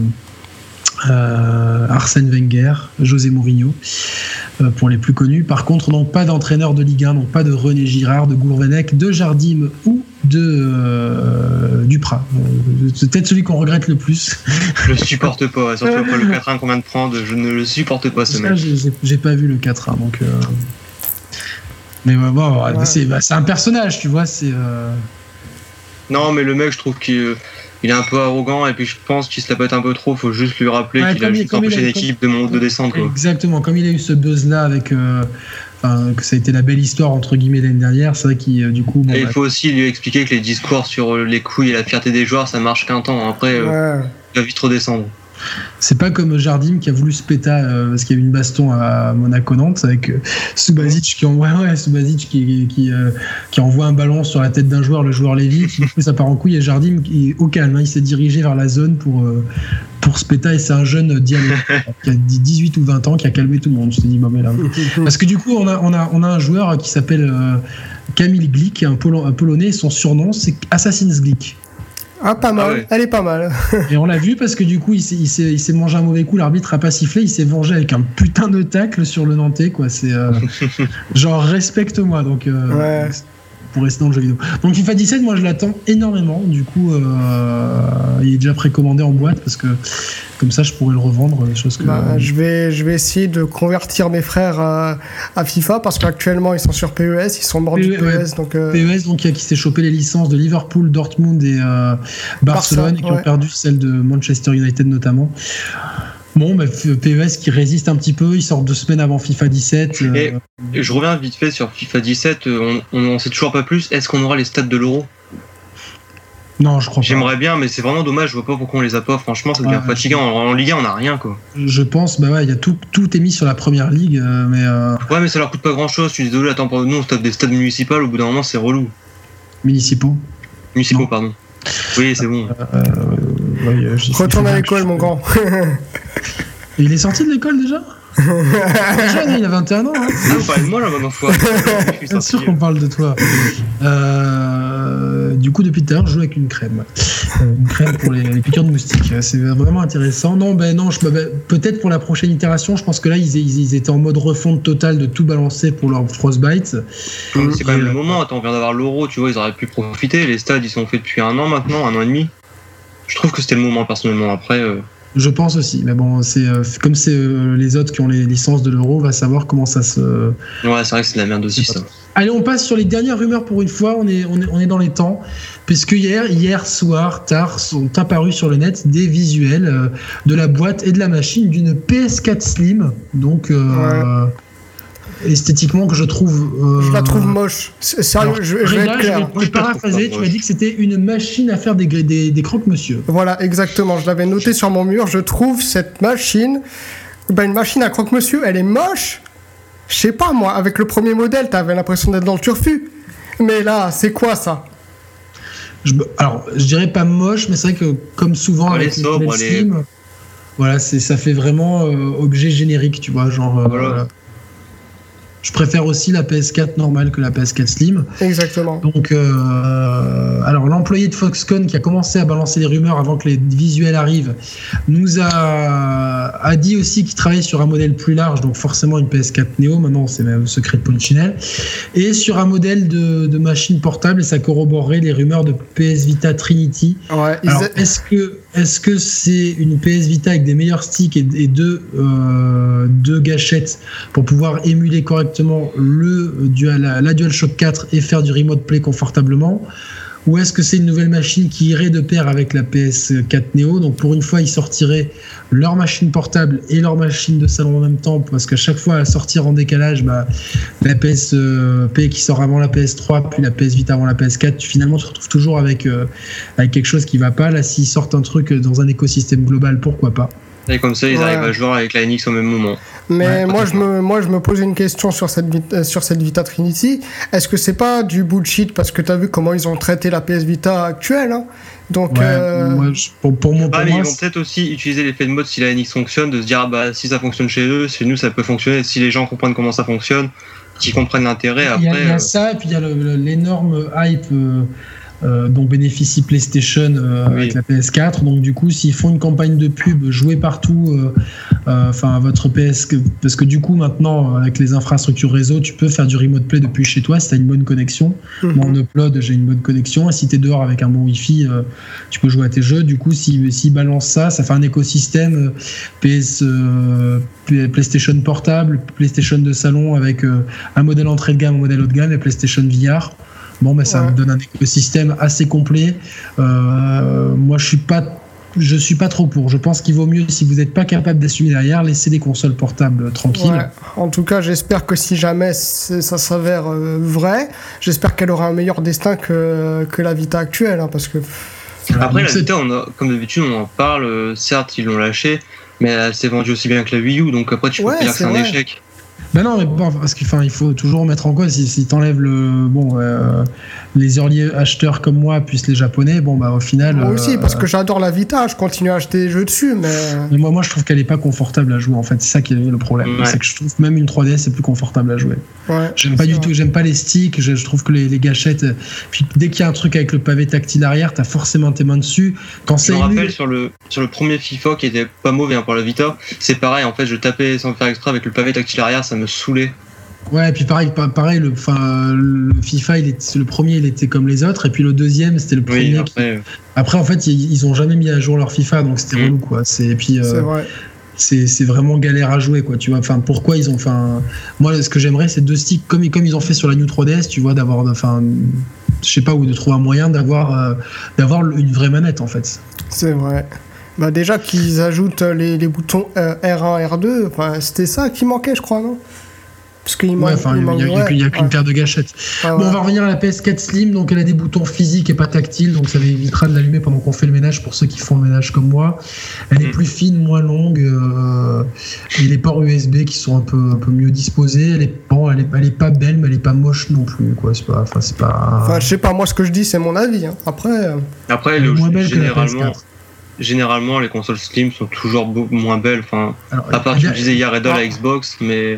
Arsène Wenger, José Mourinho, pour les plus connus. Par contre, donc pas d'entraîneur de Ligue 1, donc pas de René Girard, de Gourvenec, de Jardim ou de Duprat. C'est peut-être celui qu'on regrette le plus. Je le supporte pas, surtout après le 4-1 qu'on vient de prendre, je ne le supporte pas, ce mec. J'ai pas vu le 4-1, donc... Mais bon, c'est un personnage, tu vois, c'est... Non, mais le mec, je trouve qu'il est un peu arrogant, et puis je pense qu'il se la pète un peu trop. Faut juste lui rappeler qu'il a juste empêché l'équipe de descendre, quoi. Exactement, comme il a eu ce buzz-là avec... que ça a été la belle histoire entre guillemets l'année dernière, c'est vrai qu'il du coup... il faut aussi lui expliquer que les discours sur les couilles et la fierté des joueurs, ça marche qu'un temps. Après, il va vite redescendre. C'est pas comme Jardim qui a voulu se péter parce qu'il y a eu une baston à Monaco-Nantes avec Subasic qui envoie qui envoie un ballon sur la tête d'un joueur, le joueur Lévy, qui fait ça part en couille, et Jardim qui est au calme, il s'est dirigé vers la zone pour se péter, et c'est un jeune dialogue qui a 18 ou 20 ans qui a calmé tout le monde. Je te dis, mais là. Parce que du coup on a un joueur qui s'appelle Kamil Glik, un Polonais, et son surnom c'est Assassin's Glik. Ah, pas mal, ouais. Elle est pas mal. Et on l'a vu parce que du coup, il s'est mangé un mauvais coup, l'arbitre a pas sifflé, il s'est vengé avec un putain de tacle sur le Nantais, quoi. C'est genre, respecte-moi, donc pour rester dans le jeu vidéo. Donc FIFA 17, moi je l'attends énormément, du coup, il est déjà précommandé en boîte parce que comme ça je pourrais le revendre. Chose que, je vais essayer de convertir mes frères à FIFA parce qu'actuellement ils sont sur PES, ils sont morts du PES. Donc, PES, donc qui s'est chopé les licences de Liverpool, Dortmund et Barcelone, et qui ont perdu celle de Manchester United notamment. Bon, PES qui résiste un petit peu, ils sortent 2 semaines avant FIFA 17. Et je reviens vite fait sur FIFA 17, on sait toujours pas plus. Est-ce qu'on aura les stats de l'Euro ? Non, je crois pas. J'aimerais bien, mais c'est vraiment dommage, je vois pas pourquoi on les a pas. Franchement, ça devient fatigant. En Ligue 1, on a rien, quoi. Je pense, il y a tout est mis sur la première ligue, mais... Ouais, mais ça leur coûte pas grand-chose, je suis désolé, attends, nous on se tape des stades municipaux, au bout d'un moment, c'est relou. Municipaux, pardon. Oui, c'est bon. Retourne à l'école, mon grand. Il est sorti de l'école déjà ? Jeune, il a 21 ans. Hein. Ah, vous parlez de moi là, maintenant, fois. Bien sûr qu'on parle de toi. Du coup, depuis tout à l'heure, je joue avec une crème. Une crème pour les piqûres de moustiques. C'est vraiment intéressant. Non, peut-être pour la prochaine itération, je pense que là, ils étaient en mode refonte totale de tout balancer pour leur Frostbite. C'est quand même le moment. Attends, on vient d'avoir l'Euro, tu vois, ils auraient pu profiter. Les stades, ils sont faits depuis 1 an maintenant, 1 an et demi. Je trouve que c'était le moment, personnellement. Après... Je pense aussi, mais bon, c'est comme c'est les autres qui ont les licences de l'Euro, on va savoir comment ça se... Ouais, c'est vrai que c'est de la merde aussi, ça. Allez, on passe sur les dernières rumeurs pour une fois, on est dans les temps, puisque hier soir, tard, sont apparus sur le net des visuels de la boîte et de la machine d'une PS4 Slim, donc... esthétiquement que je trouve... Je la trouve moche. Sérieux, je vais être clair. Je vais paraphraser, tu m'as dit que c'était une machine à faire des croque-monsieur. Voilà, exactement. Je l'avais noté sur mon mur. Je trouve cette machine... une machine à croque-monsieur, elle est moche. Je sais pas, moi, avec le premier modèle, t'avais l'impression d'être dans le turfu. Mais là, c'est quoi, ça ? Alors, je dirais pas moche, mais c'est vrai que, comme souvent avec les modèles Slim, voilà, ça fait vraiment objet générique, tu vois, genre... Voilà. Je préfère aussi la PS4 normale que la PS4 Slim. Exactement. Donc, alors l'employé de Foxconn qui a commencé à balancer les rumeurs avant que les visuels arrivent nous a dit aussi qu'il travaillait sur un modèle plus large, donc forcément une PS4 Neo. Maintenant, c'est même le secret de Polichinelle. Et sur un modèle de machine portable, et ça corroborerait les rumeurs de PS Vita Trinity. Ouais, alors, est-ce que c'est une PS Vita avec des meilleurs sticks et deux gâchettes pour pouvoir émuler correctement la DualShock 4 et faire du remote play confortablement, ou est-ce que c'est une nouvelle machine qui irait de pair avec la PS4 Neo? Donc pour une fois, ils sortiraient leur machine portable et leur machine de salon en même temps, parce qu'à chaque fois à sortir en décalage, la PSP qui sort avant la PS3 puis la PS Vita avant la PS4, finalement tu te retrouves toujours avec quelque chose qui va pas. Là, s'ils sortent un truc dans un écosystème global, pourquoi pas? Et comme ça, ils arrivent à jouer avec la NX au même moment. Mais moi, je me pose une question sur cette Vita Trinity. Est-ce que c'est pas du bullshit, parce que tu as vu comment ils ont traité la PS Vita actuelle, hein? Donc, moi, pour moi, ils vont peut-être aussi utiliser l'effet de mode si la NX fonctionne, de se dire si ça fonctionne chez eux, chez nous ça peut fonctionner. Si les gens comprennent comment ça fonctionne, qu'ils comprennent l'intérêt. Il y a ça, et puis il y a l'énorme hype dont bénéficie PlayStation avec la PS4. Donc du coup, s'ils font une campagne de pub, jouez partout, votre PS, parce que du coup maintenant avec les infrastructures réseau, tu peux faire du remote play depuis chez toi si tu as une bonne connexion. Moi en upload, j'ai une bonne connexion, et si tu es dehors avec un bon wifi, tu peux jouer à tes jeux. Du coup, s'ils balancent ça fait un écosystème PlayStation portable, PlayStation de salon avec un modèle entrée de gamme, un modèle haut de gamme et PlayStation VR. Bon, ça me donne un écosystème assez complet. Moi, je suis pas trop pour. Je pense qu'il vaut mieux, si vous n'êtes pas capable d'assumer derrière, laisser des consoles portables tranquilles. Ouais. En tout cas, j'espère que si jamais ça s'avère vrai, j'espère qu'elle aura un meilleur destin que la Vita actuelle, hein, parce que. Après, la Vita, comme d'habitude, on en parle. Certes, ils l'ont lâché, mais elle s'est vendue aussi bien que la Wii U, donc après, tu peux pas dire que c'est un échec. Ben non, mais bon, parce qu'il faut toujours mettre en cause, si t'enlèves les early acheteurs comme moi, plus les japonais, au final. Moi aussi, parce que j'adore la Vita, je continue à acheter des jeux dessus, mais moi je trouve qu'elle est pas confortable à jouer, en fait, c'est ça qui est le problème. Ouais. C'est que je trouve même une 3DS c'est plus confortable à jouer. Ouais, j'aime pas du tout, j'aime pas les sticks, je trouve que les gâchettes, puis dès qu'il y a un truc avec le pavé tactile arrière, t'as forcément tes mains dessus. Quand je me rappelle sur le premier FIFA qui était pas mauvais pour la Vita, c'est pareil, en fait, je tapais sans faire exprès avec le pavé tactile arrière, ça me saoulait. Ouais, et puis pareil, le FIFA, le premier, il était comme les autres, et puis le deuxième, c'était le premier. Oui, après, en fait, ils ont jamais mis à jour leur FIFA, donc c'était relou, quoi. C'est vrai. C'est vraiment galère à jouer, quoi. Tu vois, pourquoi ils ont. Moi, ce que j'aimerais, c'est 2 sticks, comme ils ont fait sur la New 3DS, tu vois, d'avoir. Je sais pas, ou de trouver un moyen d'avoir une vraie manette, en fait. C'est vrai. Déjà qu'ils ajoutent les boutons R1, R2, c'était ça qui manquait, je crois, non? Parce qu'il n'y a qu'une paire de gâchettes. On va revenir à la PS4 Slim. Donc elle a des boutons physiques et pas tactiles, donc ça évitera de l'allumer pendant qu'on fait le ménage pour ceux qui font le ménage comme moi. Elle est plus fine, moins longue, et les ports USB qui sont un peu mieux disposés. Elle est pas belle, mais elle est pas moche non plus, quoi. C'est pas. Je sais pas, moi ce que je dis c'est mon avis, hein. Après elle est moins belle que la PS4. Généralement, les consoles Slim sont toujours moins belles. À part tu disais hier Red la Xbox, mais.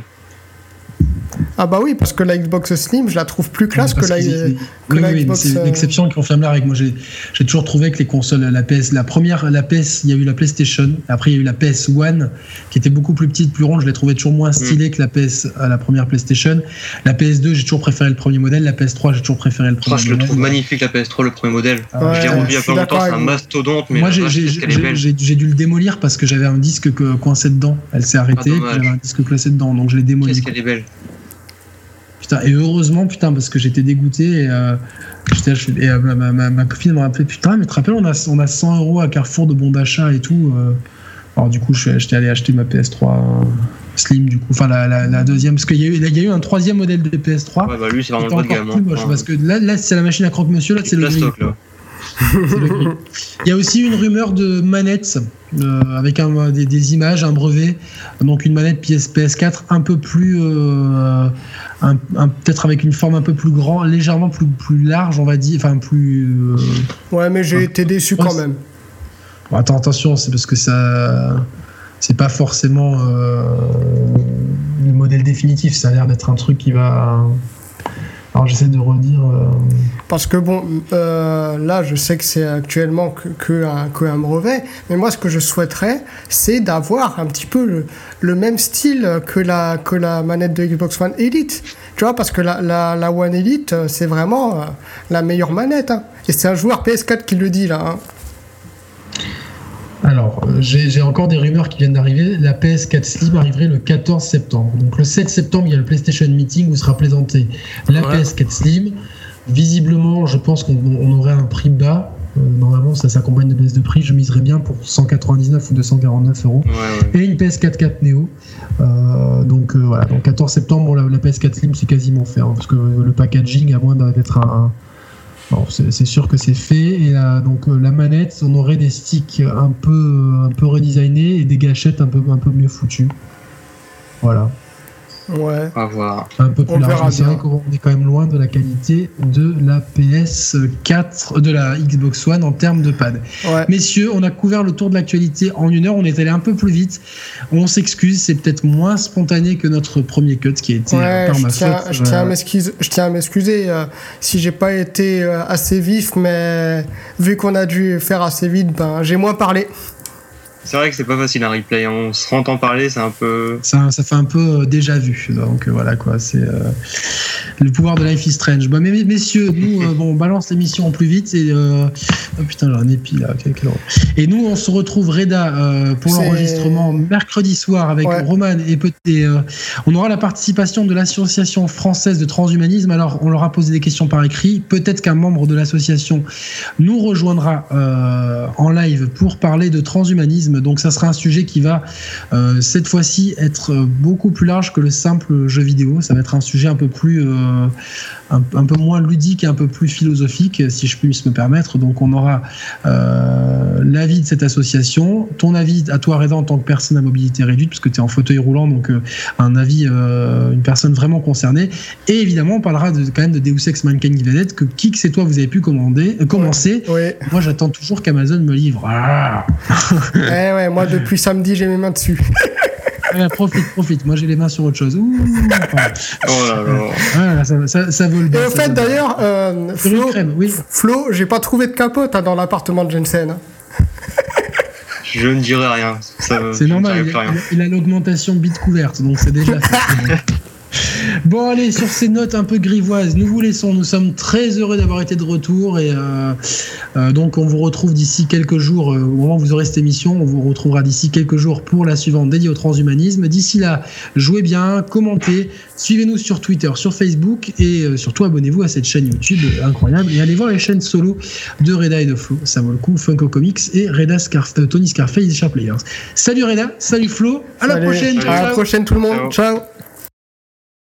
Ah bah oui, parce que la Xbox Slim, je la trouve plus classe que la Xbox. C'est l'exception qui confirme la règle. Moi, j'ai toujours trouvé que les consoles, la PS, il y a eu la PlayStation, après il y a eu la PS1, qui était beaucoup plus petite, plus ronde. Je l'ai trouvé toujours moins stylée que la première PlayStation. La PS2, j'ai toujours préféré le premier modèle. La PS3, j'ai toujours préféré le premier modèle. Je le trouve magnifique, la PS3, le premier modèle. Je l'ai revu il y a pas longtemps, c'est un mastodonte. Mais moi, j'ai dû le démolir parce que j'avais un disque coincé dedans. Elle s'est arrêtée, puis j'avais un disque coincé dedans, donc je l'ai démoli. Qu'est-ce qu'elle est belle. Putain, et heureusement, parce que j'étais dégoûté, et ma copine m'a rappelé, putain, mais tu te rappelles, on a 100 € à Carrefour de bons d'achat et tout. Alors du coup, j'étais allé acheter ma PS3 Slim, du coup, la deuxième, parce qu'il y a eu un 3e modèle de PS3. Ouais, lui, c'est vraiment le bas de gamme. Parce que là, c'est la machine à croque-monsieur, là, c'est le gris. Il y a aussi une rumeur de manettes avec des images, un brevet, donc une manette PS4 un peu plus peut-être avec une forme un peu plus grande, légèrement plus large, on va dire, ouais, mais j'ai été déçu quand même. Bon, attention, c'est parce que ça c'est pas forcément le modèle définitif. Ça a l'air d'être un truc qui va... Alors j'essaie de redire... Parce que bon, là je sais que c'est actuellement que un brevet, mais moi ce que je souhaiterais, c'est d'avoir un petit peu le même style que la manette de Xbox One Elite. Tu vois, parce que la One Elite, c'est vraiment la meilleure manette. Hein. Et c'est un joueur PS4 qui le dit là. Hein. Alors, j'ai encore des rumeurs qui viennent d'arriver. La PS4 Slim arriverait le 14 septembre. Donc le 7 septembre, il y a le PlayStation Meeting où sera présentée la PS4 Slim. Visiblement, je pense qu'on aurait un prix bas. Normalement, ça s'accompagne de baisse de prix. Je miserais bien pour 199 ou 249 euros. Et une PS4 4 Neo. Donc voilà, donc 14 septembre, la PS4 Slim, c'est quasiment fait. Hein, parce que le packaging, à moins d'être bon, c'est sûr que c'est fait. Et donc la manette, on aurait des sticks un peu redesignés et des gâchettes un peu mieux foutues. Voilà. Ouais. À voir. Un peu plus large. C'est vrai qu'on est quand même loin de la qualité de la PS4, de la Xbox One en termes de pad. Ouais. Messieurs, on a couvert le tour de l'actualité en 1 heure. On est allé un peu plus vite. On s'excuse, c'est peut-être moins spontané que notre premier cut qui a été par ma faute. Je tiens à m'excuser si j'ai pas été assez vif, mais vu qu'on a dû faire assez vite, j'ai moins parlé. C'est vrai que c'est pas facile un replay, on se entend parler, c'est un peu... Ça fait un peu déjà vu, donc voilà quoi, c'est le pouvoir de Life is Strange. Bon, mais messieurs, nous, on balance l'émission en plus vite et... Oh putain, j'ai un épi là, quel horreur. Et nous, on se retrouve, Reda, pour l'enregistrement mercredi soir avec Roman et on aura la participation de l'association française de transhumanisme. Alors, on leur a posé des questions par écrit, peut-être qu'un membre de l'association nous rejoindra en live pour parler de transhumanisme. Donc ça sera un sujet qui va cette fois-ci être beaucoup plus large que le simple jeu vidéo. Ça va être un sujet un peu plus un peu moins ludique et un peu plus philosophique, si je puis me permettre. Donc on aura l'avis de cette association, ton avis à toi, Reda, en tant que personne à mobilité réduite, parce que tu es en fauteuil roulant, donc un avis, une personne vraiment concernée. Et évidemment, on parlera quand même de Deus Ex Mankind Divided, que Kix et toi, vous avez pu commencer. Ouais. Moi, j'attends toujours qu'Amazon me livre. Ouais, moi depuis samedi j'ai mes mains dessus. Profite, moi j'ai les mains sur autre chose. Ouh, oh là là. Voilà, ça vole bien. Et au fait d'ailleurs, Flo, j'ai pas trouvé de capote dans l'appartement de Jensen. Je ne dirai rien. C'est normal, il a l'augmentation bite couverte, donc c'est déjà fait. Bon, allez, sur ces notes un peu grivoises, nous vous laissons. Nous sommes très heureux d'avoir été de retour et donc on vous retrouve d'ici quelques jours. Au moment où vous aurez cette émission, on vous retrouvera d'ici quelques jours pour la suivante dédiée au transhumanisme. D'ici là, jouez bien, commentez, suivez-nous sur Twitter, sur Facebook et surtout abonnez-vous à cette chaîne YouTube incroyable et allez voir les chaînes solo de Reda et de Flo. Ça vaut le coup. Funko Comics et Tony Scarface et Sharp Players. Salut Reda, salut Flo, à la prochaine. À la prochaine tout le monde. Ciao.